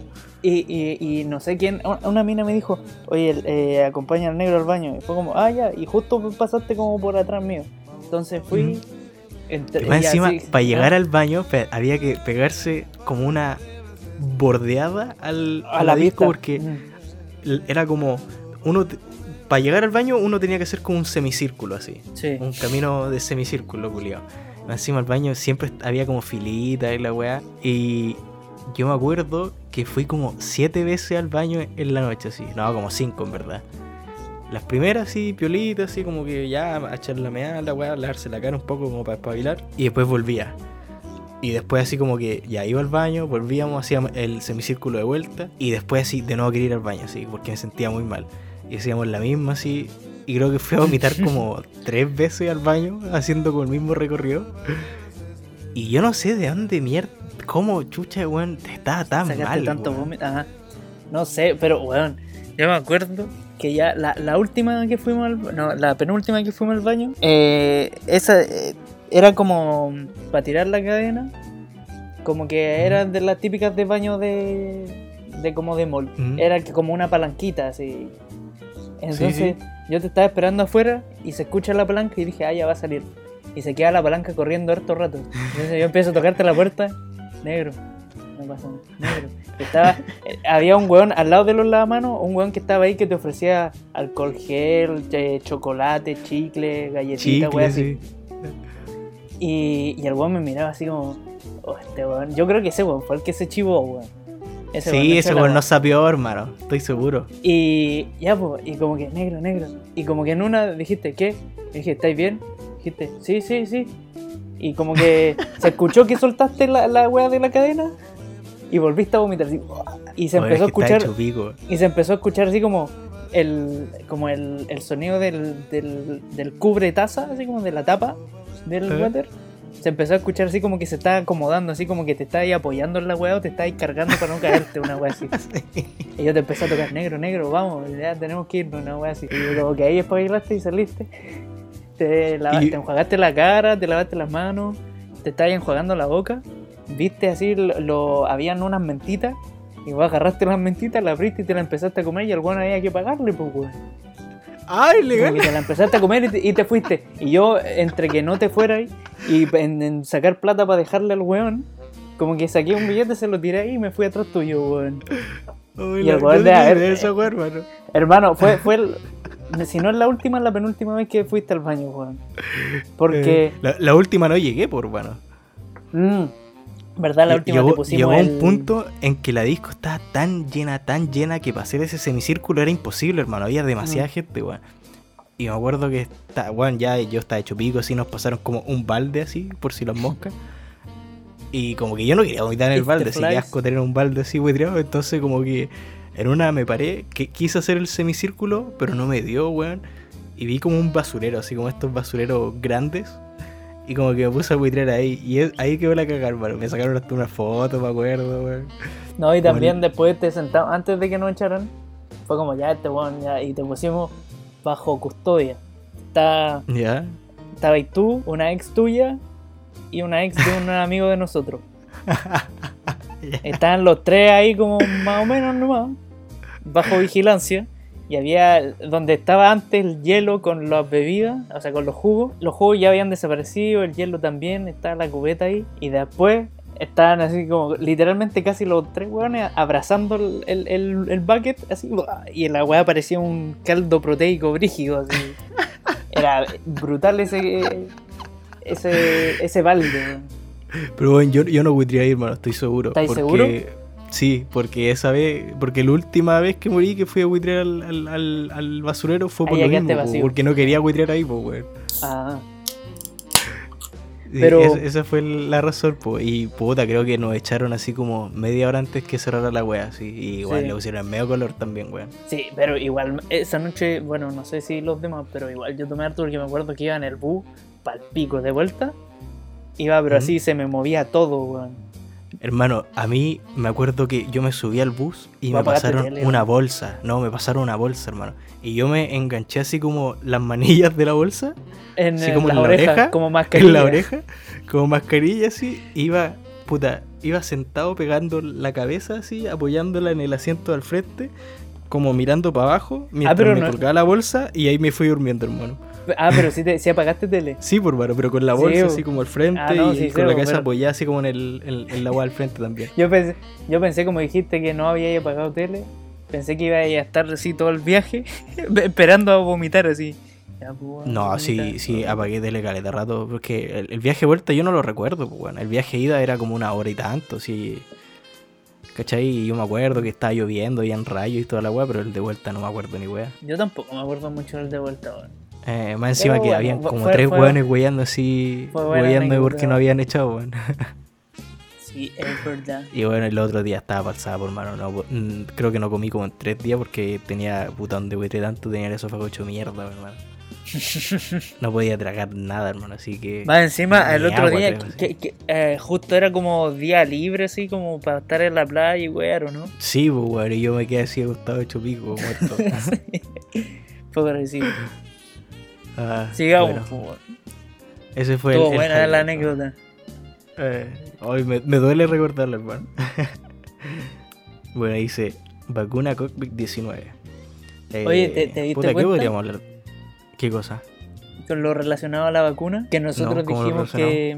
y no sé quién, una mina me dijo, oye, acompaña al negro al baño. Y fue como, ya, y justo pasaste como por atrás mío. Entonces fui... Encima, para llegar al baño había que pegarse como una bordeada a la disco porque era como para llegar al baño uno tenía que hacer como un semicírculo así, sí. Un camino de semicírculo, culiao. Encima al baño siempre había como filita y la weá, y yo me acuerdo que fui como 7 veces al baño en la noche, así, no, como 5 en verdad. Las primeras sí, piolitas, así como que ya a echarle la meada, la weá, lavarse la cara un poco como para espabilar. Y después volvía. Y después así como que ya iba al baño, volvíamos, hacíamos el semicírculo de vuelta. Y después así de nuevo quería ir al baño, así, porque me sentía muy mal. Y hacíamos la misma así. Y creo que fui a vomitar como 3 veces al baño, haciendo como el mismo recorrido. Y yo no sé de dónde mierda, cómo chucha, weón, te estaba tan sacaste mal. Tanto vómito, ajá. No sé, pero weón, yo me acuerdo que ya la última que fuimos la penúltima que fuimos al baño, esa era como para tirar la cadena, como que era de las típicas de baño de como de mall, era como una palanquita así. Entonces sí. Yo te estaba esperando afuera y se escucha la palanca y dije, ya va a salir. Y se queda la palanca corriendo harto rato. Entonces yo empiezo a tocarte la puerta, negro, no pasa nada, negro. Había un weón al lado de los lavamanos, un weón que estaba ahí que te ofrecía alcohol gel, chocolate, chicle, galletitas, weón así. Sí. Y el weón me miraba así como, este weón, yo creo que ese weón fue el que se chivó, weón. Ese weón no sapió, hermano, estoy seguro. Y ya, pues, y como que negro. Y como que en una dijiste, ¿qué? Y dije, ¿estáis bien? Dijiste, sí. Y como que se escuchó que soltaste la weá de la cadena. Y volviste a vomitar así. Y se empezó a escuchar. Y se empezó a escuchar así como el sonido del cubre taza, así como de la tapa del water. Se empezó a escuchar así como que se estaba acomodando, así como que te estaba ahí apoyando en la weá o te estaba ahí cargando para no caerte, una weá así. Sí. Y yo te empecé a tocar, negro, vamos, ya tenemos que irnos, una weá así. Y como que ahí espabilaste y saliste. Te enjuagaste la cara, te lavaste las manos, te estabas enjuagando la boca. Viste así, habían unas mentitas y vos agarraste las mentitas, las abriste y te las empezaste a comer y al weón había que pagarle, pues weón. ¡Ay, legal! Y te la empezaste a comer y te fuiste. Y yo, entre que no te fueras y en sacar plata para dejarle al weón, Como que saqué un billete, se lo tiré ahí y me fui atrás tuyo, weón. Y el weón de eso, hermano. Hermano, fue si no es la última, es la penúltima vez que fuiste al baño, weón. Porque... La última no llegué, por hermano. ¿Verdad? La última te pusimos llegó un punto en que la disco estaba tan llena que para hacer ese semicírculo era imposible, hermano. Había demasiada gente, weón. Y me acuerdo que weón, ya yo estaba hecho pico, así nos pasaron como un balde así, por si las moscas. Y como que yo no quería vomitar en el balde, así que asco tener un balde así buitreado. Entonces como que en una me paré, que quise hacer el semicírculo, pero no me dio, weón. Y vi como un basurero, así como estos basureros grandes. Y como que me puse a buitrear ahí. Y ahí quedó la cagada, hermano. Me sacaron hasta una foto, me acuerdo, weón. No, y también después te sentamos, antes de que nos echaran, fue como ya weón, ya, y te pusimos bajo custodia. ¿Ya? Estaba ahí tú, una ex tuya y una ex de un amigo de nosotros. Estaban los tres ahí como más o menos nomás, bajo vigilancia. Y había, donde estaba antes el hielo con las bebidas, o sea con los jugos ya habían desaparecido, el hielo también, estaba la cubeta ahí. Y después estaban así como, literalmente casi los tres hueones abrazando el bucket, así. Y en la hueá parecía un caldo proteico brígido, así. Era brutal ese balde. Pero bueno, yo no podría ir, hermano, estoy seguro. ¿Estás seguro? Sí, porque la última vez que morí, que fui a buitrear al basurero, fue por lo mismo, porque no quería buitrear ahí, pues, weón. Pero esa fue la razón, pues. Y puta, creo que nos echaron así como media hora antes que cerrara la wea, así. Y igual le pusieron medio color también, weón. Sí, pero igual esa noche, bueno, no sé si los demás, pero igual yo tomé harto porque me acuerdo que iba en el bus pa'l pico de vuelta. Iba, pero así se me movía todo, weón. Hermano, a mí me acuerdo que yo me subí al bus y me pasaron una bolsa. No, me pasaron una bolsa, hermano. Y yo me enganché así como las manillas de la bolsa. Así como en la oreja. Como mascarilla. En la oreja. Como mascarilla así. Iba sentado pegando la cabeza así, apoyándola en el asiento al frente. Como mirando para abajo. Mientras me colgaba la bolsa y ahí me fui durmiendo, hermano. Pero sí apagaste tele. Sí, por mano, pero con la bolsa así como al frente y con la cabeza apoyada así como en la agua al frente también. Yo pensé como dijiste que no había apagado tele, pensé que iba a estar así todo el viaje esperando a vomitar así. Ya, pues, no, sí, apagué tele caleta rato, porque el viaje de vuelta yo no lo recuerdo, pues bueno, el viaje de ida era como una hora y tanto, sí. ¿Cachai? Y yo me acuerdo que estaba lloviendo, habían rayos y toda la weá, pero el de vuelta no me acuerdo ni weá. Yo tampoco me acuerdo mucho del de vuelta, weón. Más encima pero que habían como tres hueones weyando así, weyando porque no habían echado, weón. Sí, es verdad. Y bueno, el otro día estaba pasada por mano, no, creo que no comí como en 3 días porque tenía puta donde huete tanto, tenía el esófago hecho mierda, hermano. No podía tragar nada, hermano, así que... Más encima, el otro día, justo era como día libre, así como para estar en la playa y wear, ¿o no? Sí, pues weón, y yo me quedé así acostado hecho pico, muerto. Poco agresivo. Sigamos, bueno. Ese fue estuvo buena la anécdota. Hoy me duele recordarlo, hermano. Bueno, dice vacuna COVID-19. Oye, ¿te diste cuenta? ¿Qué podríamos hablar? ¿Qué cosa? Con lo relacionado a la vacuna, que nosotros dijimos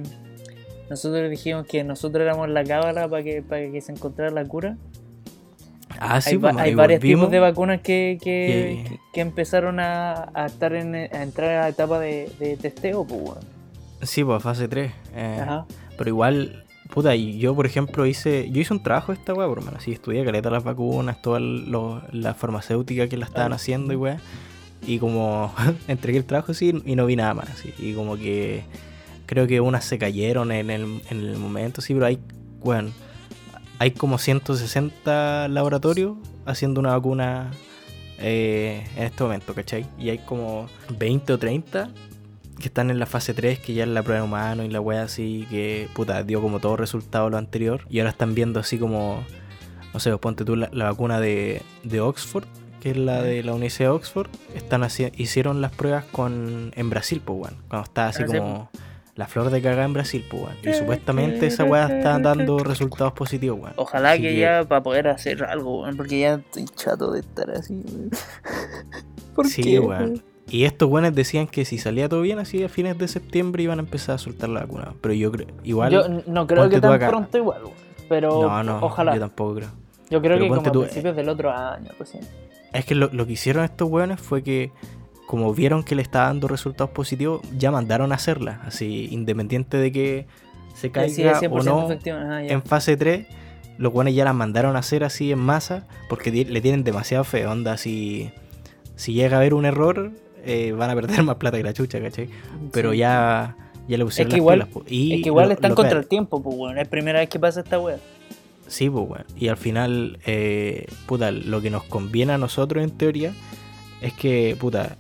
que nosotros éramos la cábala para que se encontrara la cura. Sí, hay varios tipos de vacunas que empezaron a entrar a la etapa de testeo, pues, bueno. Sí, pues fase 3. Pero igual, puta, y yo por ejemplo hice un trabajo de esta weá, hermano. Sí, estudié caleta las vacunas, toda la farmacéutica que la estaban haciendo y weá. Y como entregué el trabajo así y no vi nada más. ¿Sí? Y como que creo que unas se cayeron en el momento, sí, pero hay como 160 laboratorios haciendo una vacuna en este momento, ¿cachai? Y hay como 20 o 30 que están en la fase 3, que ya es la prueba en humano y la wea así, que puta, dio como todo resultado lo anterior. Y ahora están viendo así como, no sé, ponte tú la vacuna de Oxford, que es la de la Universidad de Oxford. Hicieron las pruebas en Brasil, pues, weón. Cuando está así como... La flor de cagada en Brasil, pues, weón. Y supuestamente esa weá está dando resultados positivos, weón. Ojalá así que ya para poder hacer algo, weón. Porque ya estoy chato de estar así, weón. ¿Por qué, weón? Y estos buenos decían que si salía todo bien, así a fines de septiembre iban a empezar a soltar la vacuna. Pero yo creo, igual... Yo no creo que tan pronto igual, pero no, ojalá. Yo tampoco creo. Yo creo que como a principios del otro año recién. Es que lo que hicieron estos hueones fue que, como vieron que le estaba dando resultados positivos, ya mandaron a hacerla. Así, independiente de que se caiga o no en fase 3, los hueones ya las mandaron a hacer así en masa, porque le tienen demasiado fe, onda. Si llega a haber un error, van a perder más plata que la chucha, ¿cachai? Pero sí. ya le pusieron las pilas. Y es que igual están contra el tiempo, pues, bueno. Es la primera vez que pasa esta wea. Sí, pues, bueno. Y al final, lo que nos conviene a nosotros en teoría es que,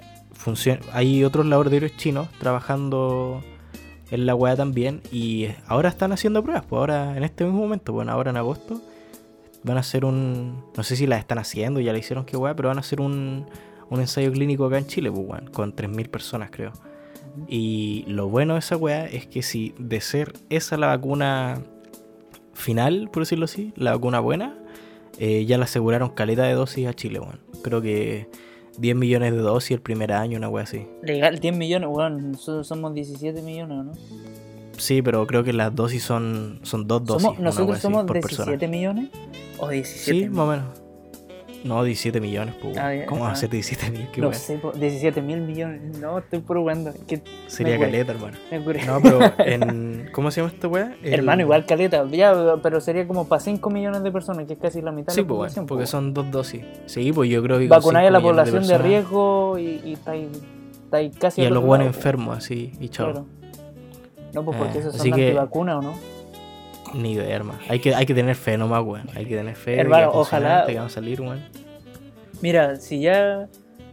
hay otros laboratorios chinos trabajando en la wea también y ahora están haciendo pruebas, pues ahora en este mismo momento, bueno, ahora en agosto van a hacer no sé si la están haciendo, ya la hicieron, qué wea, pero van a hacer un ensayo clínico acá en Chile, pues, bueno, con 3.000 personas, creo. Y lo bueno de esa wea es que si de ser esa la vacuna final, por decirlo así, la vacuna buena, ya le aseguraron caleta de dosis a Chile, bueno. Creo que 10 millones de dosis el primer año, una wea así. Legal, 10 millones, weón, nosotros somos 17 millones, ¿no? Sí, pero creo que las dosis son 2 dosis. ¿Nosotros somos 17 millones? ¿O 17? Sí, más o menos. No, 17 millones, pues. ¿Cómo va a ser 17 mil? No wea. Sé, 17 mil millones. No, estoy probando. Sería caleta, hermano. No, pero ¿cómo se llama esta wea? Hermano, igual caleta. Ya, pero sería como para 5 millones de personas, que es casi la mitad de la población. Sí, porque son 2 dosis. Sí, pues yo creo que... Vacunáis a la población de riesgo y estáis casi... Y a los buenos enfermos, así, y chao. Claro. No, pues porque esos son antivacunas, ¿o no? Ni idea, hermano. Hay que tener fe nomás, weón. Hay que tener fe. Hermano, ojalá. Que van a salir, weón. Mira, si ya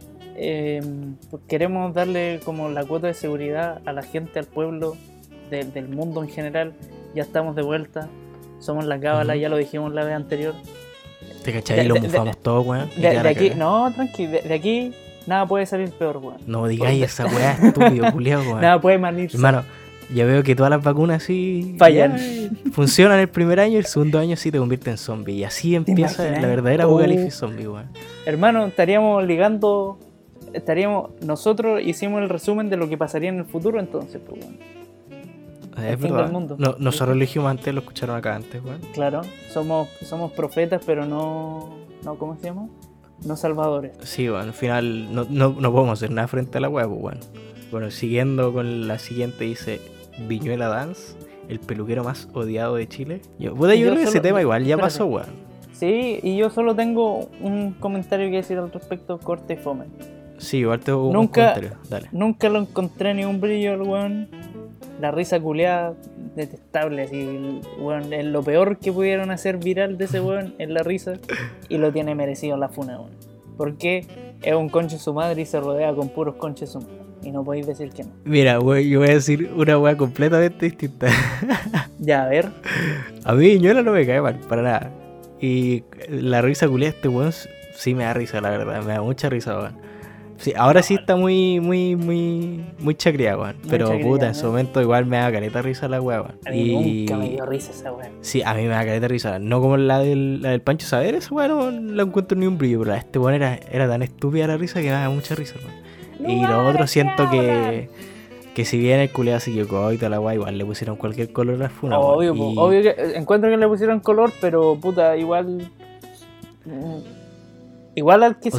queremos darle como la cuota de seguridad a la gente, al pueblo, del mundo en general, ya estamos de vuelta. Somos la cábala, ya lo dijimos la vez anterior. ¿Te cachai? Lo mufamos todo, weón. De aquí, no, tranqui, de aquí nada puede salir peor, weón. No digáis esa weá, estúpido, culiao, weón. Nada puede malirse. Hermano, ya veo que todas las vacunas sí fallan. Funcionan el primer año y el segundo año sí te convierte en zombie. Y así empieza la verdadera apocalipsis zombie, weón. Hermano, nosotros hicimos el resumen de lo que pasaría en el futuro, entonces, pues, weón. Es verdad. No, nosotros lo dijimos antes, lo escucharon acá antes, weón. Claro, somos profetas, pero no, ¿cómo se llama? No salvadores. Sí, bueno, al final no podemos hacer nada frente a la weá, pues, weón. Bueno, siguiendo con la siguiente, dice Viñuela Dance, el peluquero más odiado de Chile. Yo creo que ese tema igual ya pasó, weón. Sí, y yo solo tengo un comentario que decir al respecto, corte y fome. Sí, igual tengo un comentario, dale. Nunca lo encontré ni un brillo el weón. La risa culeada, detestable, así, weón, es lo peor que pudieron hacer viral de ese weón, es la risa, y lo tiene merecido la funa, weón. Porque es un conche su madre y se rodea con puros conches su madre. Y no podéis decir que no. Mira, wey, yo voy a decir una weá completamente distinta. Ya, a ver. A mí Viñuela no me cae mal, para nada. Y la risa culiada de este weón sí me da risa, la verdad. Me da mucha risa, weón. Sí, ahora sí está muy chacreado, weón. Pero puta, en su momento igual me da caleta risa la weá, weón. A mí nunca me dio risa esa weá. Sí, a mí me da caleta risa. No como la del Pancho Saavedra, esa weá no la encuentro ni un brillo. Pero este weón era tan estúpida la risa que me da mucha risa, weón. Y lo otro siento que si bien el culeado se equivocó y toda la guay, igual le pusieron cualquier color a la funa. Obvio que encuentro que le pusieron color, pero puta, igual al que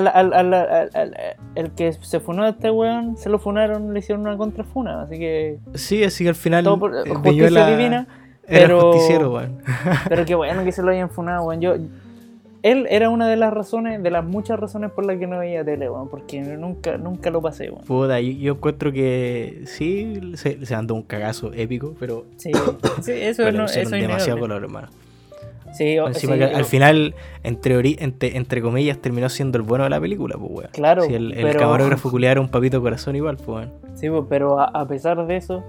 el que se funó a este weón, se lo funaron, le hicieron una contrafuna, así que... Sí, así que al final justicia divina, pero justiciero, weón. Pero qué bueno que se lo hayan funado, weón. Él era una de las razones, de las muchas razones por las que no veía tele, weón, porque nunca lo pasé, weón. Puta, yo encuentro que sí, se andó un cagazo épico, pero... Sí, eso no es demasiado color, hermano. Sí, al final, entre comillas, terminó siendo el bueno de la película, pues, weón. Claro, si el camarógrafo culiado era un papito corazón igual, pues, weón. Sí, pues, pero a pesar de eso,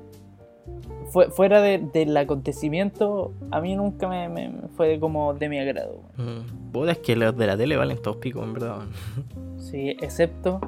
fuera del acontecimiento, a mí nunca me fue como de mi agrado. Puta, es que los de la tele valen todos picos, en verdad. Sí, excepto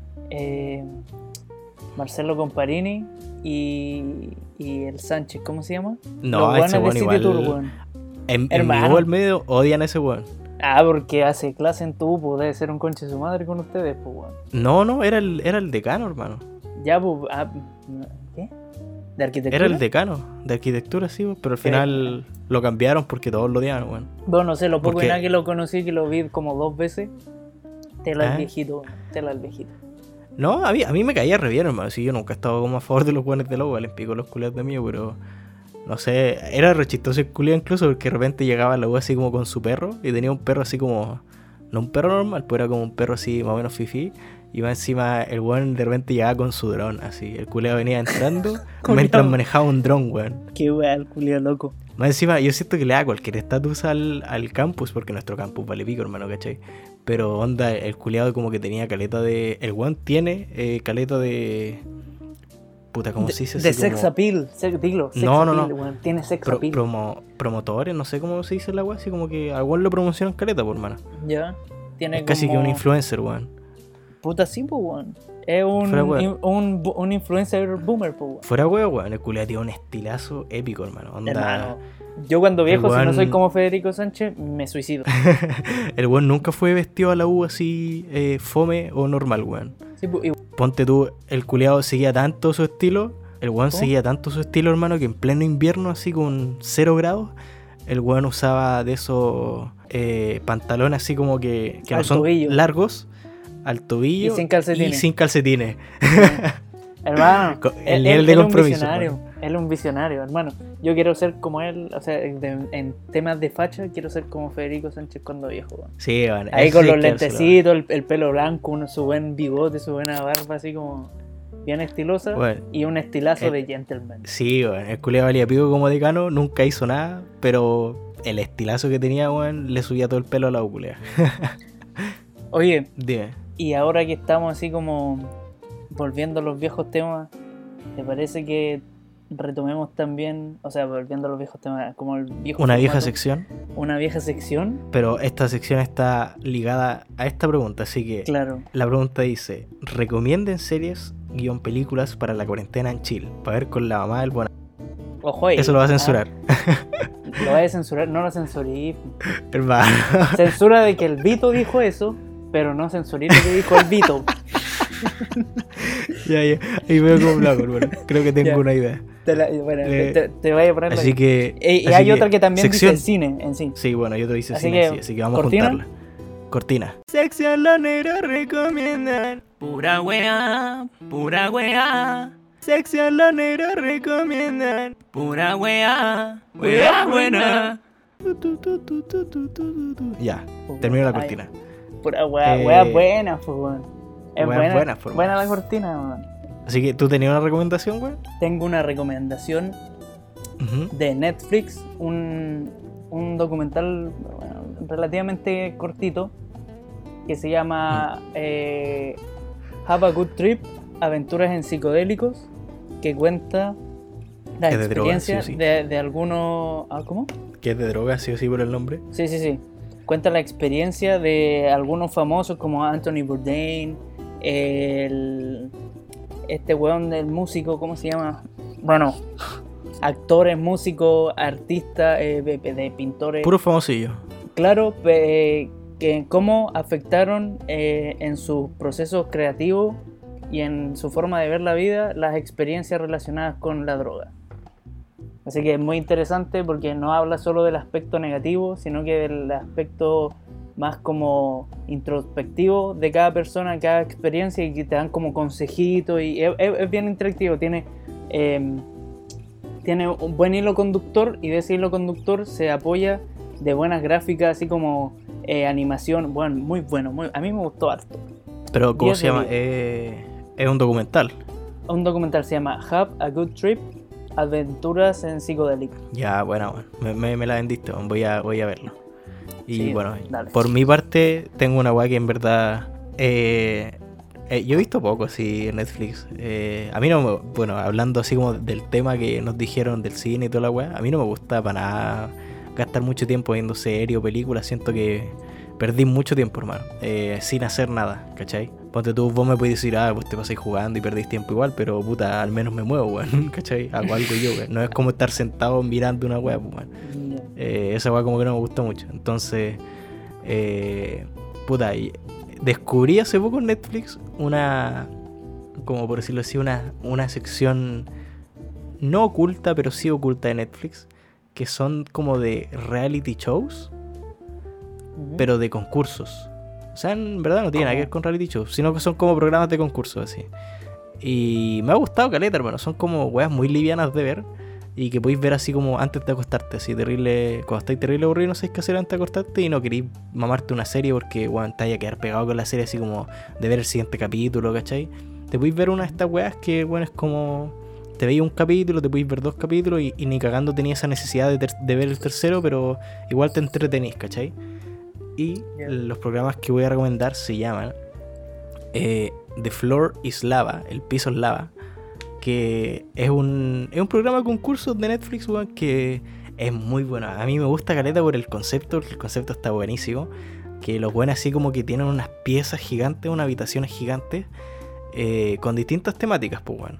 Marcelo Comparini y el Sánchez, ¿cómo se llama? No, ese weón igual. Tour, en mi al medio odian a ese weón. Ah, porque hace clase en tu UPO, debe ser un conche de su madre con ustedes, pues, weón. No, era el decano, hermano. Ya, pues, ¿qué? ¿De arquitectura? Era el decano de arquitectura, sí, pero al final lo cambiaron porque todos lo odiaban, weón. Bueno, no sé, lo poco y nada que lo conocí, que lo vi como 2 veces. Tela el viejito. No, a mí me caía re bien, hermano. Sí, yo nunca he estado como a favor de los buenos de la U, les pico los culiados de mí, pero no sé, era re chistoso el culiado incluso porque de repente llegaba a la U así como con su perro y tenía un perro así como, no un perro normal, pero era como un perro así más o menos fifí. Y más encima el weón de repente llegaba con su dron, así. El culiado venía entrando mientras manejaba un dron, weón. Qué weón, el culiado loco. Más encima, yo siento que le da cualquier estatus al campus, porque nuestro campus vale pico, hermano, ¿cachai? Pero onda, el culiado como que tenía caleta de... El weón tiene caleta de... Puta, ¿cómo se dice? De sex appeal, no. Weón. Tiene sex appeal. Promotores, no sé cómo se dice la weá, así como que al weón lo promocionan caleta, por hermano. Ya, tiene es casi que un influencer, weón. Puta, sí, pues, weón. Es un influencer boomer, pues, weón. Fuera weón, el culiado tiene un estilazo épico, hermano. Onda... Hermano, yo cuando viejo, si no soy como Federico Sánchez, me suicido. El weón nunca fue vestido a la U así fome o normal, weón. Sí, pues, ponte tú, el culiado seguía tanto su estilo, el weón seguía tanto su estilo, hermano, que en pleno invierno, así con 0 grados, el weón usaba de esos pantalones así como que no son largos, al tobillo y sin calcetines. Hermano, el nivel de compromiso. Él es un visionario, hermano. Yo quiero ser como él, o sea, en temas de facha, quiero ser como Federico Sánchez cuando viejo. Bueno. Sí, bueno, ahí con los lentecitos, el pelo blanco, su buen bigote, su buena barba, así como bien estilosa, bueno, y un estilazo de gentleman. Sí, bueno, el culiado valía pico como decano, nunca hizo nada, pero el estilazo que tenía, bueno, le subía todo el pelo a la culea. Oye, dime. Y ahora que estamos así como volviendo a los viejos temas, ¿te parece que retomemos también, o sea, volviendo a los viejos temas, como el viejo una formato, vieja sección? Una vieja sección. Pero esta sección está ligada a esta pregunta, así que claro. La pregunta dice: recomienden series / películas para la cuarentena en Chile, para ver con la mamá del buen. Ojo ahí. Eso lo va a censurar. Lo va a censurar, no lo censuré. Hermano. Censura de que el Vito dijo eso, pero no censuré lo que dijo el Vito. Ya, ahí veo como blanco, hermano. Creo que tengo una idea. Te voy a poner. Así que. Y hay otra que también sección, dice el cine en sí. Sí, bueno, yo te dice cine en sí, así que vamos ¿cortina? A juntarla. Cortina. Sección Los Negros recomiendan. Pura wea, pura wea. Sección Los Negros recomiendan. Pura wea, wea buena. Ya, termino la cortina. Pura wea buena, pues, weón. Es buena la cortina, weón. Así que, ¿tú tenías una recomendación, güey? Tengo una recomendación de Netflix, un documental relativamente cortito que se llama Have a Good Trip, Aventuras en Psicodélicos, que cuenta la experiencia de algunos... ¿Cómo? Que es de droga, sí o sí por el nombre. Sí. Cuenta la experiencia de algunos famosos como Anthony Bourdain, este weón del músico, ¿cómo se llama? Bueno, actores, músicos, artistas, de pintores. Puro famosillo. Claro, que cómo afectaron en sus procesos creativos y en su forma de ver la vida las experiencias relacionadas con la droga. Así que es muy interesante porque no habla solo del aspecto negativo, sino que del aspecto más como introspectivo de cada persona, cada experiencia, y que te dan como consejitos, y es bien interactivo, tiene un buen hilo conductor, y de ese hilo conductor se apoya de buenas gráficas, así como animación, bueno, muy bueno, a mí me gustó harto. Pero ¿cómo se llama? Es un documental. Un documental, se llama Have a Good Trip, Aventuras en Psicodélicos. Ya, bueno, me la vendiste, voy a verlo. Y sí, bueno, dale. Por mi parte tengo una weá que en verdad yo he visto poco así en Netflix. A mí no bueno, hablando así como del tema que nos dijeron del cine y toda la weá, a mí no me gusta para nada gastar mucho tiempo viendo series o películas. Siento que perdí mucho tiempo, hermano, sin hacer nada, ¿cachai? Ponte tú, vos me podés decir, pues te pasáis jugando y perdís tiempo igual, pero puta, al menos me muevo, weón, ¿cachai? Hago algo yo, weón. No es como estar sentado mirando una weá, pues, weón. Esa weá como que no me gusta mucho. Entonces, Puta, y descubrí hace poco en Netflix una, como por decirlo así, una sección no oculta, pero sí oculta de Netflix, que son como de reality shows, pero de concursos. O sea, en verdad no tiene nada que ver con reality shows, sino que son como programas de concursos así. Y me ha gustado caleta, hermano. Son como weas muy livianas de ver y que podéis ver así como antes de acostarte, así terrible. Cuando estáis terrible aburrido, no sabéis qué hacer antes de acostarte y no queréis mamarte una serie porque te vaya a quedar pegado con la serie, así como de ver el siguiente capítulo, ¿cachai? Te podéis ver una de estas weas que, bueno, es como te veis un capítulo, te podéis ver 2 capítulos y ni cagando tenías esa necesidad de ver el tercero, pero igual te entretenís, ¿cachai? Y los programas que voy a recomendar se llaman The Floor is Lava, el piso es lava, que es un programa de concursos de Netflix, weón, que es muy bueno. A mí me gusta caleta por el concepto, porque el concepto está buenísimo. Que los buenos así como que tienen unas piezas gigantes, unas habitaciones gigantes, con distintas temáticas, pues bueno.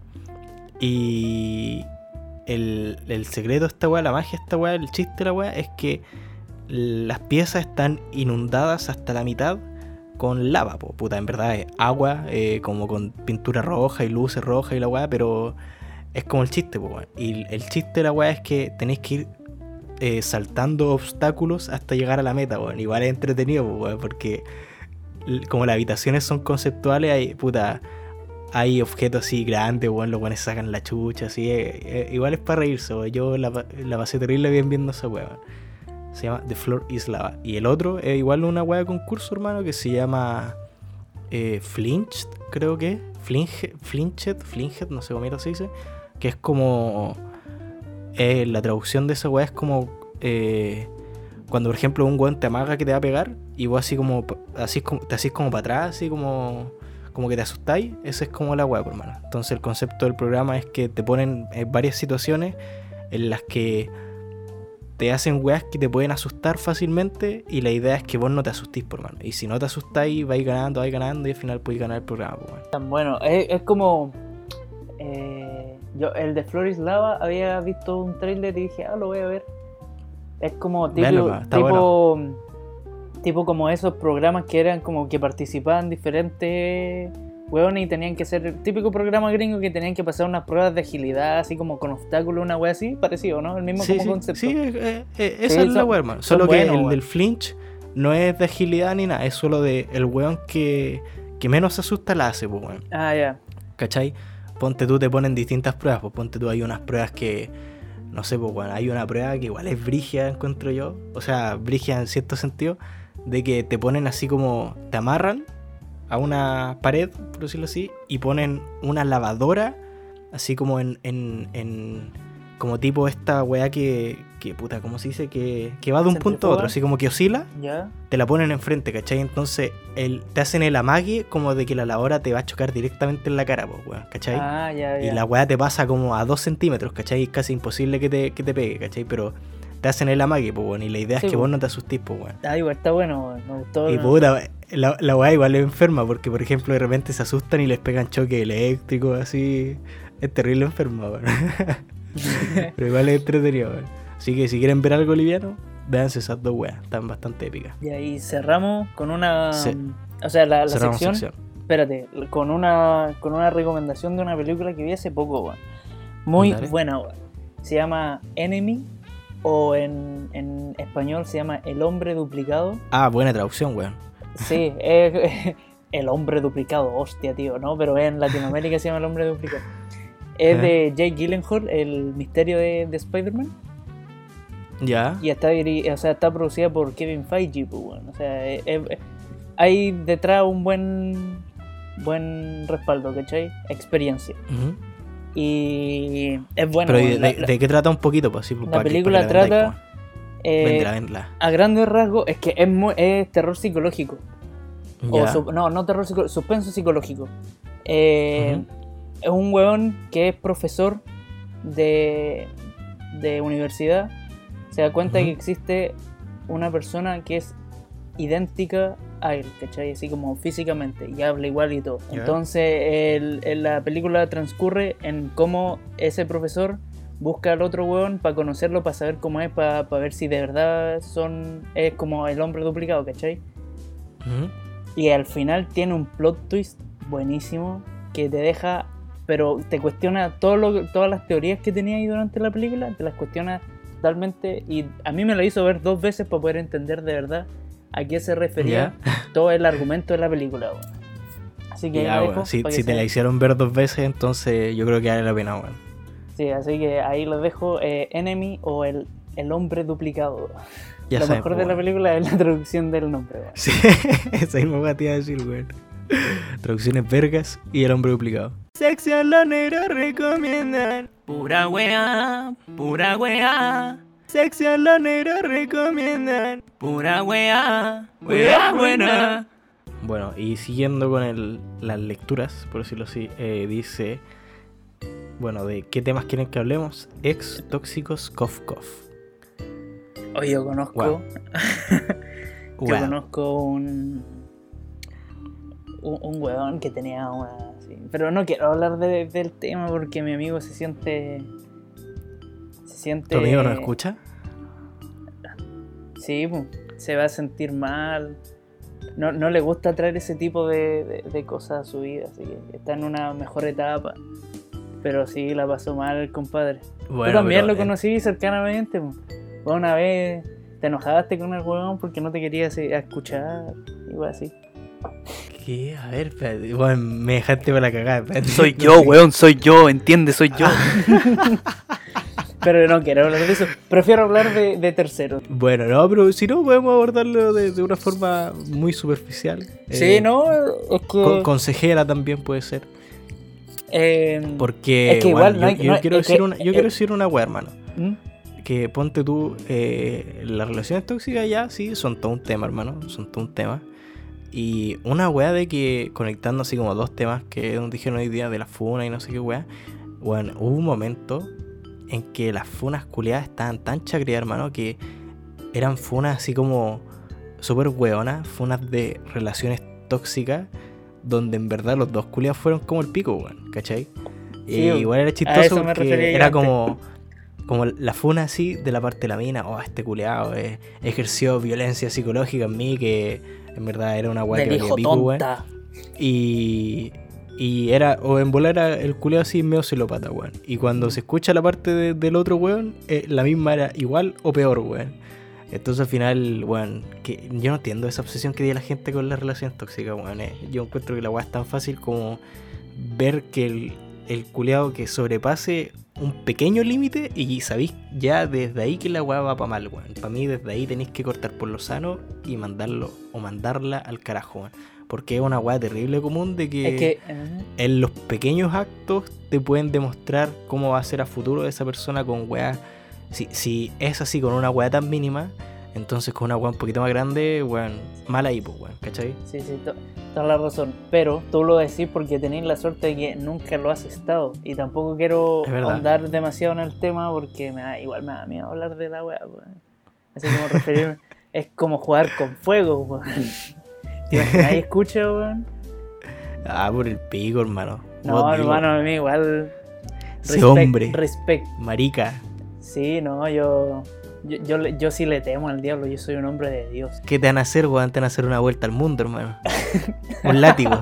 Y el secreto de esta weá, la magia de esta weá, el chiste de la weá es que las piezas están inundadas hasta la mitad con lava, po. Puta, en verdad es agua, como con pintura roja y luces rojas y la weá, pero es como el chiste, po, weón. Y el chiste de la weá es que tenéis que ir saltando obstáculos hasta llegar a la meta, weón. Igual es entretenido, po, weón, porque como las habitaciones son conceptuales, hay objetos así grandes, weón, los weones sacan la chucha, así, igual es para reírse, weón. Yo la pasé terrible bien viendo esa weá, weón. Se llama The Floor is Lava. Y el otro es igual una weá de concurso, hermano, que se llama Flinched, creo que. Flinched, no sé cómo mierda se dice. Que es como... la traducción de esa weá es como... cuando, por ejemplo, un weón te amaga que te va a pegar y vos te asís como para atrás, así como que te asustáis. Esa es como la weá, hermano. Entonces el concepto del programa es que te ponen varias situaciones en las que te hacen weas que te pueden asustar fácilmente y la idea es que vos no te asustís, por mano. Y si no te asustáis, vais ganando y al final podéis ganar el programa, pues, bueno. Tan bueno, es como... yo el de Floor is Lava había visto un trailer y dije, lo voy a ver. Es como tipo como esos programas que eran como que participaban diferentes weones y tenían que ser el típico programa gringo que tenían que pasar unas pruebas de agilidad así como con obstáculos, una wea así, parecido, ¿no? El mismo concepto. Sí, esa es la wea, hermano. Solo que el del flinch no es de agilidad ni nada, es solo de el weón que menos asusta la hace, pues, weón. Ya. ¿Cachai? Ponte tú, te ponen distintas pruebas, pues ponte tú, hay unas pruebas que, no sé, pues, weón, hay una prueba que igual es brígida, encuentro yo, o sea, brígida en cierto sentido, de que te ponen así como, te amarran a una pared, por decirlo así, y ponen una lavadora así como en como tipo esta weá que puta, ¿cómo se dice? Que va de un punto a otro, así como que oscila, ¿ya? Te la ponen enfrente, ¿cachai? Entonces te hacen el amague como de que la lavadora te va a chocar directamente en la cara, pues, weón, ¿cachai? Ya. Y la weá te pasa como a 2 centímetros, ¿cachai? Es casi imposible que te pegue, ¿cachai? Pero te hacen el amague, pues, weón, y la idea es que vos no te asustís, pues, weón. Igual está bueno, weón, me gustó. Y puta, la weá igual es enferma, porque por ejemplo de repente se asustan y les pegan choque eléctrico, así. Es terrible enferma, weón. Pero igual es entretenido, weón. Así que si quieren ver algo liviano, véanse esas 2 weas, están bastante épicas. Y ahí cerramos con una... O sea, la sección. Espérate, con una recomendación de una película que vi hace poco, weón. Muy buena, weón. Se llama Enemy, o en español se llama El Hombre Duplicado. Buena traducción, weón. Sí, El Hombre Duplicado, hostia, tío, ¿no? Pero en Latinoamérica se llama El Hombre Duplicado. Es de Jake Gyllenhaal, el misterio de Spider-Man. Ya. Y está producida por Kevin Feige, pues, bueno. O sea, hay detrás un buen respaldo, ¿cachai? Experiencia. Uh-huh. Y es bueno. Pero ¿de qué trata un poquito? Pues, sí, la película trata... Véndela. A grandes rasgos, es que es terror psicológico. No terror psicológico, suspenso psicológico. Uh-huh. Es un weón que es profesor de universidad. Se da cuenta que existe una persona que es idéntica a él, ¿cachai? Así como físicamente, y habla igual y todo. Entonces la película transcurre en cómo ese profesor busca al otro weón para conocerlo, para saber cómo es, para ver si de verdad es como el hombre duplicado, ¿cachai? Ujú. Y al final tiene un plot twist buenísimo que te deja, pero te cuestiona todas las teorías que tenía ahí durante la película, te las cuestiona totalmente, y a mí me lo hizo ver 2 veces para poder entender de verdad a qué se refería todo el argumento de la película, weón. Así que Ya, ahí la bueno, dejo si te la hicieron ver 2 veces, entonces yo creo que vale la pena, weón. Sí, así que ahí los dejo. Enemy o el hombre duplicado. Ya Lo sabes, mejor pues, de la weón. película es la traducción del nombre, weón. Sí, esa misma weá te iba a decir, weón. Traducciones vergas y el hombre duplicado. Sección Los Negros recomiendan. Pura wea, pura wea, Sección Los Negros recomiendan. pura wea, wea buena. Bueno, y siguiendo con las lecturas, por decirlo así, dice... Bueno, ¿de qué temas quieren que hablemos? Ex tóxicos, cof cof. Oye, yo conozco... Wow. Yo Wow. conozco un weón que tenía una... sí, pero no quiero hablar del tema porque mi amigo se siente... ¿Tu amigo no escucha? Sí, pues, se va a sentir mal. No le gusta traer ese tipo de cosas a su vida, así que está en una mejor etapa. Pero sí, la pasó mal el compadre. Bueno, Tú también pero, lo conocí cercanamente. Pues. Una vez te enojaste con el huevón porque no te querías escuchar, igual así. ¿Qué? A ver, espérate. Bueno, me dejaste para la cagada. Espérate. Soy yo, weón, soy yo, entiende, soy yo. Pero no quiero hablar de eso. Prefiero hablar de terceros. Bueno, no, pero si no, podemos abordarlo de una forma muy superficial. Sí, no, es que... Consejera también puede ser. Porque, es que igual no hay- yo no- quiero es decir que- una, yo quiero decir una wea, hermano. ¿Mm? Que ponte tú, las relaciones tóxicas ya, sí, son todo un tema, hermano. Son todo un tema. Y una wea de que, conectando así como 2 temas que nos dijeron hoy día de la funa y no sé qué wea. Bueno, hubo un momento en que las funas culiadas estaban tan chacreadas, hermano, que eran funas así como súper weonas, funas de relaciones tóxicas, donde en verdad los dos culiados fueron como el pico, weón, ¿cachai? Sí, Y igual era a chistoso eso me refería porque yo era antes. como la funa así de la parte de la mina, este culiado ejerció violencia psicológica en mí, que en verdad era una weá Del que hijo valía pico, weón. tonta. Y era, o en volar era el culiado así medio celópata, weón. Y cuando se escucha la parte del otro weón, la misma era igual o peor, weón. Entonces al final, weón, que yo no entiendo esa obsesión que tiene la gente con las relaciones tóxicas, weón. Yo encuentro que la weá es tan fácil como ver que el culiado que sobrepase un pequeño límite y sabéis ya desde ahí que la weá va para mal, weón. Para mí desde ahí tenéis que cortar por lo sano y mandarlo o mandarla al carajo, weón. Porque es una weá terrible común de que, Es que... en los pequeños actos te pueden demostrar cómo va a ser a futuro esa persona con weá. Si es así con una weá tan mínima, entonces con una weá un poquito más grande, weón, mal ahí, pues, weón, ¿cachai? Sí, toda la razón. Pero tú lo decís porque tenéis la suerte de que nunca lo has estado. Y tampoco quiero Es verdad. ahondar demasiado en el tema porque igual me da miedo hablar de la weá, weón. Así como referirme. Es como jugar con fuego, weón. ¿Te imaginas? Nadie escucha, weón. Ah, por el pico, hermano. No, Vos dilo. hermano, a mí igual. Ese hombre. Respect. Marica, Sí, no, yo sí le temo al diablo. Yo soy un hombre de Dios. ¿qué te van a hacer, weón? Te van a hacer una vuelta al mundo, hermano. Un látigo.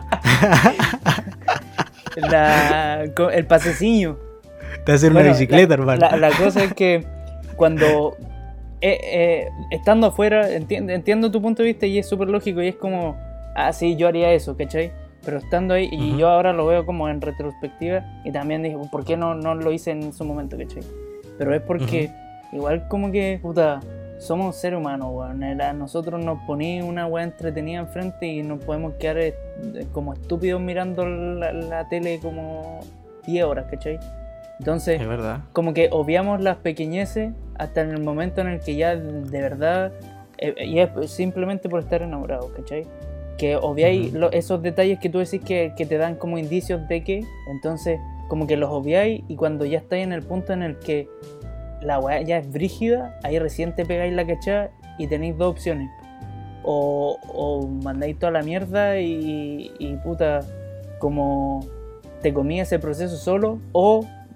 El pasecillo. Te van a hacer una Bueno, bicicleta, hermano. La cosa es que cuando estando afuera, entiendo tu punto de vista y es súper lógico y es como, sí, yo haría eso, ¿cachai? Pero estando ahí, y Ujú. yo ahora lo veo como en retrospectiva y también dije, ¿por qué no lo hice en su momento, ¿cachai? Pero es porque igual como que, puta, somos seres humanos, weón. Nosotros nos ponemos una weá entretenida enfrente y nos podemos quedar como estúpidos mirando la tele como 10 horas, ¿cachai? Entonces, Es verdad. como que obviamos las pequeñeces hasta en el momento en el que ya de verdad, y es simplemente por estar enamorados, ¿cachai? Que obviáis esos detalles que tú decís que te dan como indicios de que, entonces como que los obviáis y cuando ya estáis en el punto en el que la weá ya es brígida, ahí recién te pegáis la cachada y tenéis 2 opciones. O mandáis toda la mierda y puta, como te comí ese proceso solo, o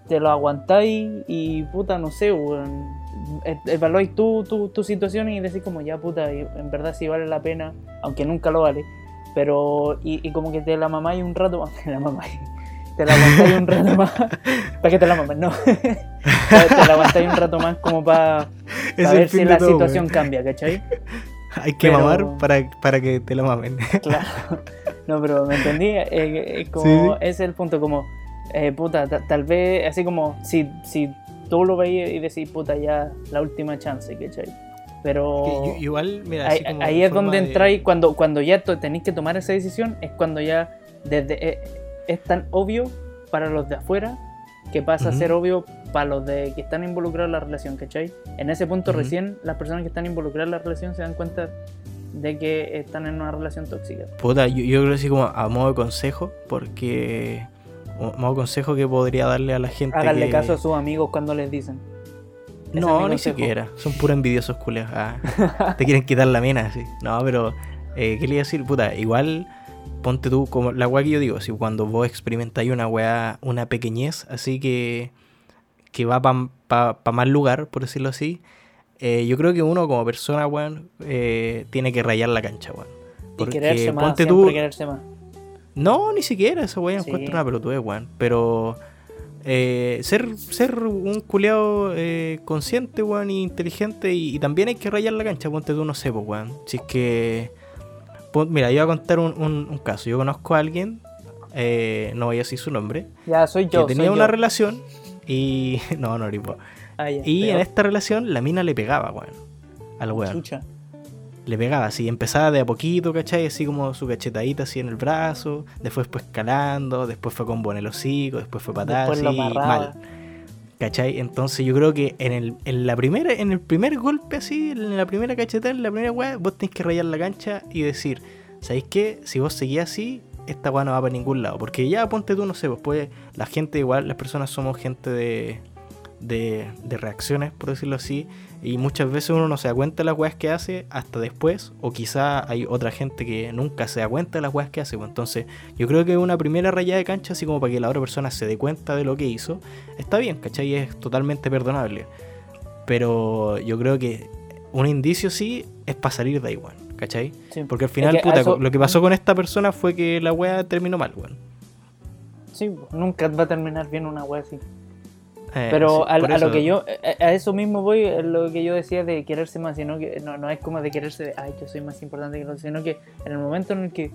te lo aguantáis y puta, no sé, weón, evaluáis tu situación y decís como ya puta, en verdad sí vale la pena, aunque nunca lo vale, pero y como que te la mamáis un rato más, te la aguantáis un rato más, para que te la mames, no, te la aguantáis un rato más como para ver si la situación cambia, ¿cachai? Hay que mamar para que te la mamen. Claro, no, pero me entendí, como sí. Ese es el punto, como puta, tal vez así como si tú lo veis y decís puta ya la última chance, ¿cachai? Pero igual, mira, ahí es donde entráis cuando ya tenéis que tomar esa decisión, es cuando ya es tan obvio para los de afuera que pasa a ser obvio para los de que están involucrados en la relación, ¿cachai? En ese punto recién las personas que están involucradas en la relación se dan cuenta de que están en una relación tóxica. Puta, yo creo así como a modo de consejo, porque modo consejo que podría darle a la gente. Háganle caso a sus amigos cuando les dicen. No, ni siquiera. Son puros envidiosos culeos. Te quieren quitar la mina, sí. No, pero ¿qué le iba a decir? Puta, igual ponte tú como la weá que yo digo, si cuando vos experimentáis una weá, una pequeñez así que va pa mal lugar, por decirlo así, yo creo que uno como persona, weón, tiene que rayar la cancha, weón. Porque, y quererse más, siempre quererse más. No, ni siquiera, esa weá encuentro una pelotudez, weón. Pero ser un culeado consciente, weón, y inteligente, y también hay que rayar la cancha, ponte tú, no sé, pues, weón. Si es que... Mira, yo voy a contar un caso. Yo conozco a alguien, no voy a decir su nombre, ya soy yo, que tenía una relación y... No, ripo. Y en esta relación la mina le pegaba, weón, al weón. Chucha. Le pegaba así, empezaba de a poquito, ¿cachai? Así como su cachetadita así en el brazo, después fue escalando, después fue combo en el hocico, después fue patada, así, mal. ¿Cachai? Entonces yo creo que en el primer golpe así, en la primera cachetada, en la primera weá, vos tenés que rayar la cancha y decir, ¿sabéis qué? Si vos seguís así, esta weá no va para ningún lado. Porque ya ponte tú, no sé, pues la gente igual, las personas somos gente de reacciones, por decirlo así, y muchas veces uno no se da cuenta de las weas que hace hasta después, o quizá hay otra gente que nunca se da cuenta de las weas que hace, pues entonces yo creo que una primera rayada de cancha, así como para que la otra persona se dé cuenta de lo que hizo, está bien, ¿cachai? Es totalmente perdonable, pero yo creo que un indicio sí es para salir de ahí, weón, ¿cachai? Sí. Porque al final, puta, lo que pasó con esta persona fue que la wea terminó mal, weón. Sí, nunca va a terminar bien una wea así. Pero sí, a lo que yo, a eso mismo voy, a lo que yo decía de quererse más, sino que no es como de quererse de, ay, yo soy más importante que los, sino que en el momento en el que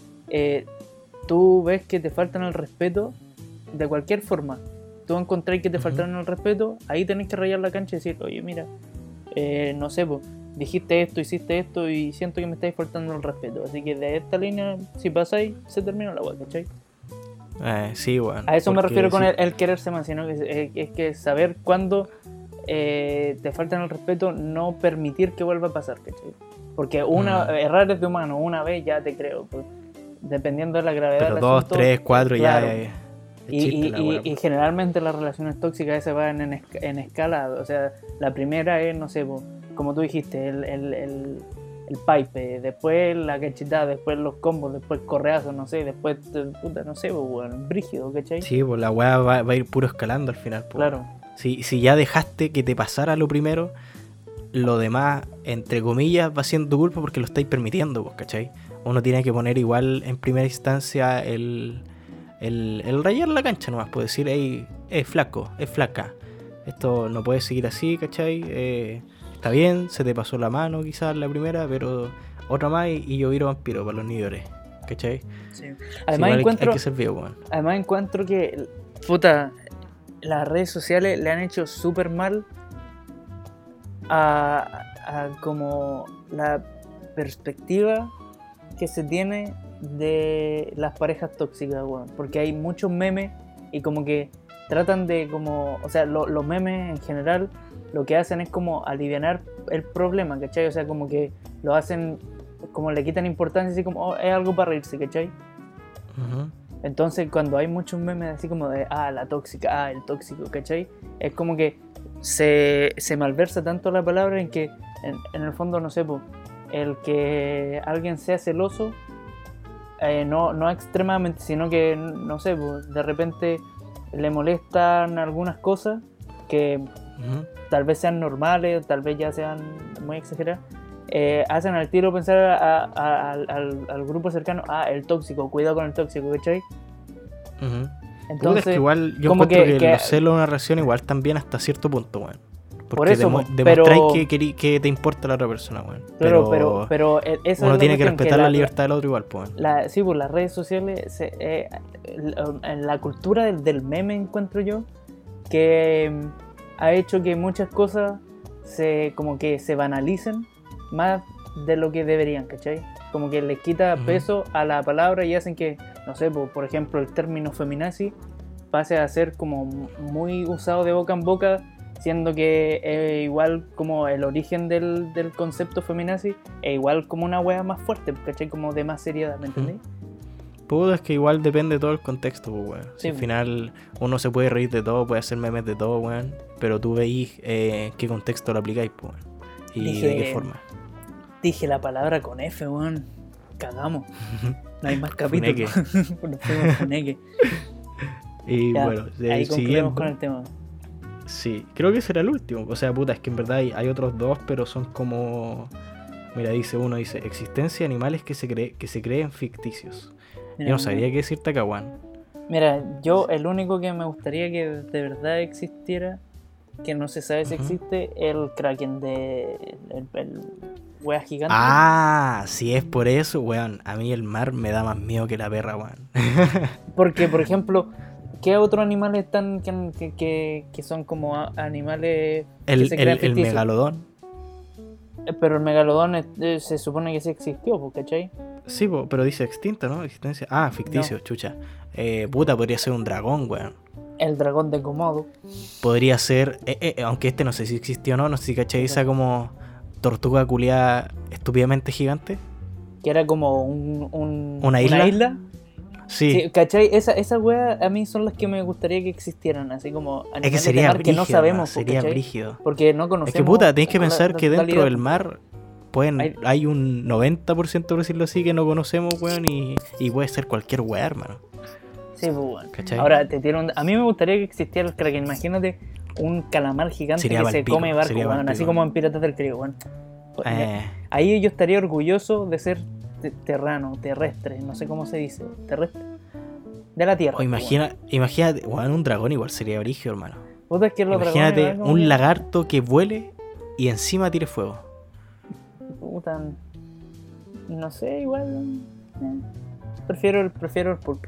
tú ves que te faltan el respeto, de cualquier forma, tú encontrás que te faltaron el respeto, ahí tenés que rayar la cancha y decir, oye, mira, no sé, pues, dijiste esto, hiciste esto y siento que me estáis faltando el respeto, así que de esta línea, si pasáis, se termina la web, ¿cachai? Sí, bueno, a eso me refiero con el quererse más, sino que es que saber cuándo te faltan el respeto, no permitir que vuelva a pasar, ¿cachai? Porque errar es de humano, una vez ya te creo, pues, dependiendo de la gravedad pero del 2, asunto, 3, 4 claro. Ya y generalmente las relaciones tóxicas se van en escala, o sea, la primera es, no sé, como tú dijiste, el pipe, después la cachetada, después los combos, después correazos, no sé, después, puta, no sé, bueno, brígido, ¿cachai? Sí, pues la weá va a ir puro escalando al final, pues. Claro. Si ya dejaste que te pasara lo primero, lo demás, entre comillas, va siendo tu culpa porque lo estáis permitiendo, pues, ¿cachai? Uno tiene que poner igual en primera instancia el rayar la cancha nomás, puede decir, hey, es flaco, es flaca, esto no puede seguir así, ¿cachai? Está bien, se te pasó la mano quizás la primera, pero otra más y yo viro vampiro para los niños, ¿cachai? Sí. Además sí, hay que ser vivo, bueno. Además encuentro que, puta, las redes sociales le han hecho súper mal a como la perspectiva que se tiene de las parejas tóxicas, bueno, porque hay muchos memes y como que tratan de como, o sea, los memes en general lo que hacen es como alivianar el problema, ¿cachai? O sea, como que lo hacen, como le quitan importancia, así como, oh, es algo para reírse, ¿cachai? Uh-huh. Entonces, cuando hay muchos memes así como de, la tóxica, el tóxico, ¿cachai? Es como que se malversa tanto la palabra en que, en el fondo, no sé, el que alguien sea celoso, no extremadamente, sino que, no sé, de repente le molestan algunas cosas que tal vez sean normales, tal vez ya sean muy exageradas, hacen al tiro pensar al grupo cercano, el tóxico, cuidado con el tóxico, ¿cachai? Entonces, es que igual yo encuentro que los celos de una relación igual también hasta cierto punto, weón. Porque por eso, demostráis que te importa la otra persona, weón. Pero eso uno tiene que respetar la libertad del otro igual, pues. Sí, pues las redes sociales, en la cultura del meme encuentro yo, que ha hecho que muchas cosas como que se banalicen más de lo que deberían, ¿cachai? Como que les quita peso a la palabra y hacen que, no sé, por ejemplo, el término feminazi pase a ser como muy usado de boca en boca, siendo que igual como el origen del concepto feminazi es igual como una wea más fuerte, ¿cachai? Como de más seriedad, ¿me entendés? Pues es que igual depende de todo el contexto, pues, weón. Sí, al final uno se puede reír de todo, puede hacer memes de todo, weón, pero tú veis qué contexto lo aplicáis, pues, y de qué forma. Dije la palabra con F, weón. Cagamos. No hay más capítulos. Nos fuimos funeque. Y ya, bueno, ahí concluimos con el tema. Sí, creo que será el último. O sea, puta, es que en verdad hay otros dos, pero son como... Mira, uno dice, existencia de animales que se creen ficticios. Mira, yo no sabría qué decirte acá, Juan. Mira, yo el único que me gustaría que de verdad existiera, que no se sabe si existe, el kraken de... el wea gigante. Si es por eso, weón. A mí el mar me da más miedo que la perra, weón. Porque, por ejemplo... ¿Qué otros animales están que son como animales que se crean ficticios? El megalodón. Pero el megalodón se supone que sí existió, ¿cachai? Sí, pero dice extinto, ¿no? Existencia. Ficticio, no. Chucha. Puta, podría ser un dragón, weón. El dragón de Komodo. Podría ser, aunque no sé si existió o no, no sé si cachai esa como tortuga culiada estúpidamente gigante. Que era como ¿Una isla? Sí, ¿cachai? Esa wea a mí son las que me gustaría que existieran, así como animales que sería brígido, que no sabemos, sería brígido. Porque no conocemos. Es que puta, tenés que pensar que dentro del mar hay un 90%, por decirlo así, que no conocemos, weón, y puede ser cualquier wea, hermano. Sí, pues bueno. ¿Cachai? Ahora, a mí me gustaría que existiera el kraken. Imagínate un calamar gigante sería que se come barco, weón, así como en Piratas del Caribe, weón. Ahí yo estaría orgulloso de ser terrestre, no sé cómo se dice, terrestre, de la tierra. Imagínate, bueno, un dragón igual sería brígido, hermano. Puta, es que imagínate un lagarto que vuele y encima tire fuego. Puta, no sé, igual prefiero el pulpo.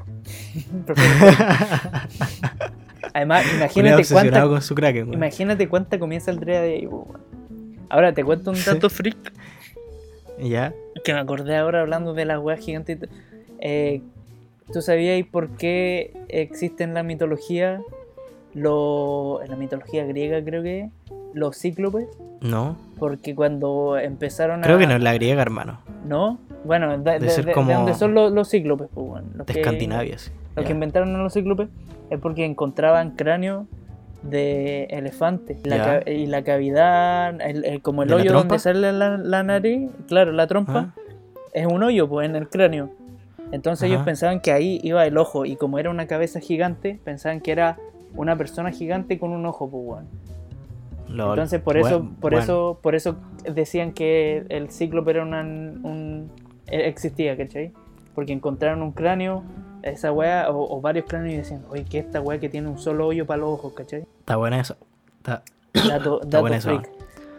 Además, imagínate cuánta comida saldría de ahí, weón. Ahora te cuento un dato freak. ¿Ya? Que me acordé ahora hablando de las weas gigantes. ¿Tú sabías por qué existe en la mitología, en la mitología griega creo que, los cíclopes? No. Porque cuando empezaron creo que no es la griega, hermano. ¿No? Bueno, de como... donde son los cíclopes, pues, bueno, de Escandinavia, sí. Los que inventaron a los cíclopes es porque encontraban cráneos de elefante y la cavidad, como el hoyo donde sale la nariz, claro, la trompa, es un hoyo pues en el cráneo. Entonces ellos pensaban que ahí iba el ojo, y como era una cabeza gigante, pensaban que era una persona gigante con un ojo, pues bueno. Entonces por eso decían que el cíclope era existía, ¿cachai? Porque encontraron un cráneo, esa weá, o varios cráneos, y decían, oye, que esta weá que tiene un solo hoyo para los ojos, ¿cachai? Está buena eso. Dato buena freak.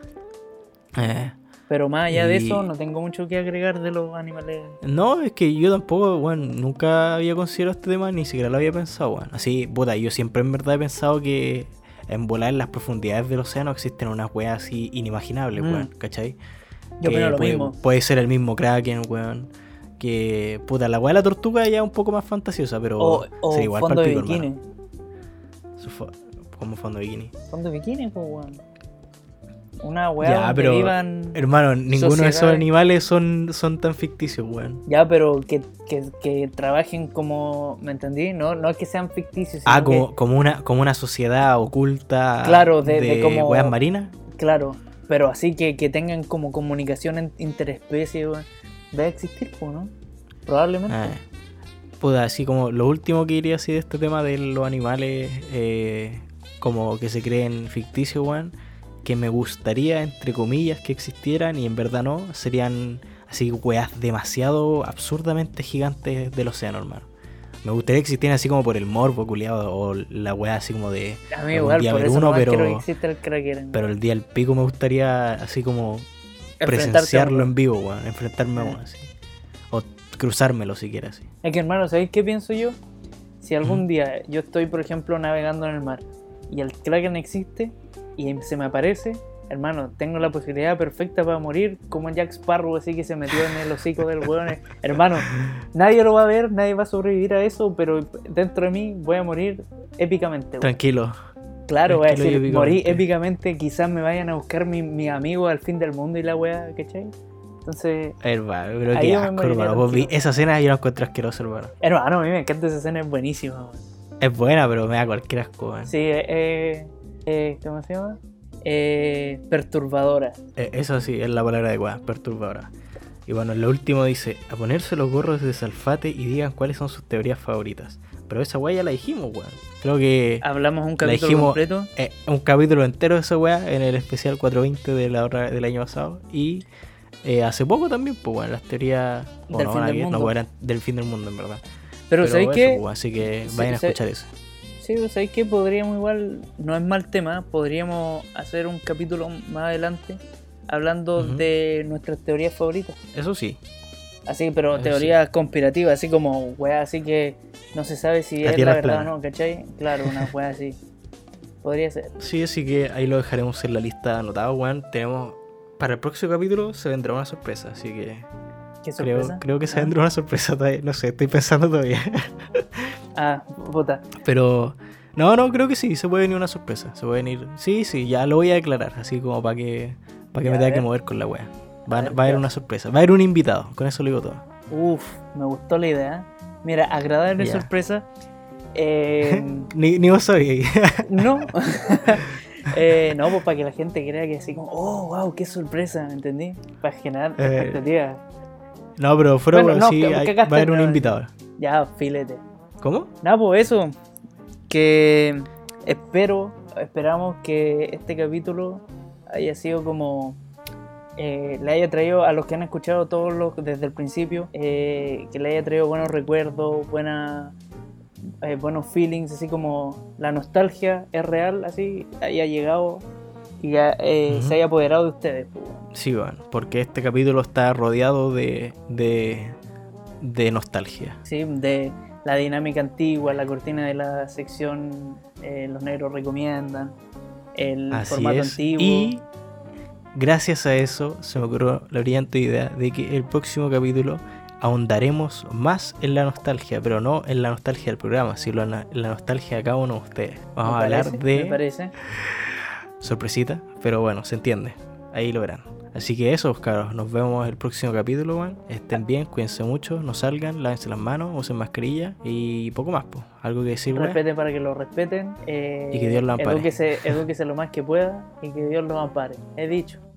Pero más allá de eso, no tengo mucho que agregar de los animales. No, es que yo tampoco, bueno, nunca había considerado este tema, ni siquiera lo había pensado, bueno. Así, puta, yo siempre en verdad he pensado que en volar en las profundidades del océano existen unas weas así inimaginables, weón, ¿cachai? Yo opino lo mismo. Puede ser el mismo Kraken, weón. Que, puta, la weá de la tortuga ya es un poco más fantasiosa, pero sería igual fondo de bikini. ¿Cómo fondo de bikini? Fondo de bikini, pues, weón. Una weá ya, pero, vivan hermano, ninguno de esos animales son tan ficticios, weón. Ya, pero que trabajen como, ¿me entendí? No es que sean ficticios. Como una sociedad oculta, claro, de como weas marinas. Claro, pero así que tengan como comunicación interespecie, weón. Debe existir, pues, ¿no? Probablemente. Puta, así como lo último que diría así de este tema de los animales como que se creen ficticios, weón, que me gustaría, entre comillas, que existieran y en verdad no, serían así weas demasiado absurdamente gigantes del océano, hermano. Me gustaría que existieran así como por el morbo, culiado, o la wea así como de A mí igual, día por ver eso uno, no pero, quiero que exista el Kraken. pero el día del pico me gustaría así como Enfrentarte a presenciarlo uno. en vivo, weón, enfrentarme a uno así. O cruzármelo siquiera así. Es que, hermano, ¿sabéis qué pienso yo? Si algún Ujú. día yo estoy, por ejemplo, navegando en el mar y el Kraken existe y se me aparece, hermano, tengo la posibilidad perfecta para morir como Jack Sparrow, así que se metió en el hocico del hueón. Hermano, nadie lo va a ver, nadie va a sobrevivir a eso, pero dentro de mí voy a morir épicamente, weón. Tranquilo. Claro, voy a tranquilo y decir, morí épicamente. épicamente, quizás me vayan a buscar mis amigos al fin del mundo y la weá, ¿cachai? Entonces, Hermano, pero Ahí qué yo me asco, moriría hermano. Vos vi tranquilo. esa escena y yo la encuentro asquerosa, hermano. hermano, a mí me encanta esa escena, es buenísima, weón. Es buena, pero me da cualquier asco, weón. Sí, ¿cómo se llama? Perturbadora. Eso sí, es la palabra adecuada, perturbadora. Y bueno, lo último dice, a ponerse los gorros de Salfate y digan cuáles son sus teorías favoritas. Pero esa weá ya la dijimos, weón. Creo que Hablamos un la capítulo dijimos completo. un capítulo entero de esa weá en el especial 420 del año pasado. Y hace poco también, pues bueno, las teorías Del fin del mundo. no, eran del fin del mundo en verdad. Pero ¿sabéis eso, qué? pues, así que Sí, vayan a sí. escuchar eso. Sí, ¿sabéis qué? Podríamos igual, no es mal tema, podríamos hacer un capítulo más adelante hablando Ujú. de nuestras teorías favoritas. Eso sí. Así, pero Eso teorías conspirativas, así como weá, así que no se sabe si La es Tierra la es verdad plana. o no, ¿cachai? Claro, una weá así. Podría ser. Sí, así que ahí lo dejaremos en la lista anotada, weón. Tenemos. Para el próximo capítulo se vendrá una sorpresa, así que. ¿Qué sorpresa? Creo que se Ah. vendrá una sorpresa todavía. No sé, estoy pensando todavía. Ah, puta. Pero. No, creo que sí, se puede venir una sorpresa. Se puede venir. Sí, ya lo voy a declarar, así como para que Ya, me a tenga que ver. mover con la wea. A Va ver, a haber ya. una sorpresa. Va a haber un invitado, con eso lo digo todo. Uf, me gustó la idea. Mira, agradable Ya. sorpresa. Ni vos sabíais. No. No, pues para que la gente crea que así como, oh, wow, qué sorpresa, ¿me entendí? Para generar expectativas. No, pero fuera Bueno, weón, no, sí, cagaste, va a haber un no. invitado. Ya, filete. ¿Cómo? Nada, pues eso. Que esperamos que este capítulo haya sido como. Le haya traído a los que han escuchado desde el principio, que le haya traído buenos recuerdos, buenos feelings, así como la nostalgia es real, así haya llegado y ya, Ujú. se haya apoderado de ustedes. Pues, bueno. Sí, weón, porque este capítulo está rodeado de nostalgia. Sí, de la dinámica antigua, la cortina de la sección Los Negros Recomiendan, el Así formato es. antiguo. Y gracias a eso se me ocurrió la brillante idea de que el próximo capítulo ahondaremos más en la nostalgia, pero no en la nostalgia del programa, sino en la nostalgia de cada uno de ustedes. Vamos a hablar Me de parece. sorpresita, pero bueno, se entiende. Ahí lo verán. Así que eso, cabros, nos vemos el próximo capítulo, weón. Estén bien, cuídense mucho, no salgan, lávense las manos, usen mascarilla y poco más, pues. Algo que decir, weón. Respeten para que lo respeten. Y que Dios lo ampare. Edúquese lo más que pueda y que Dios lo ampare. He dicho.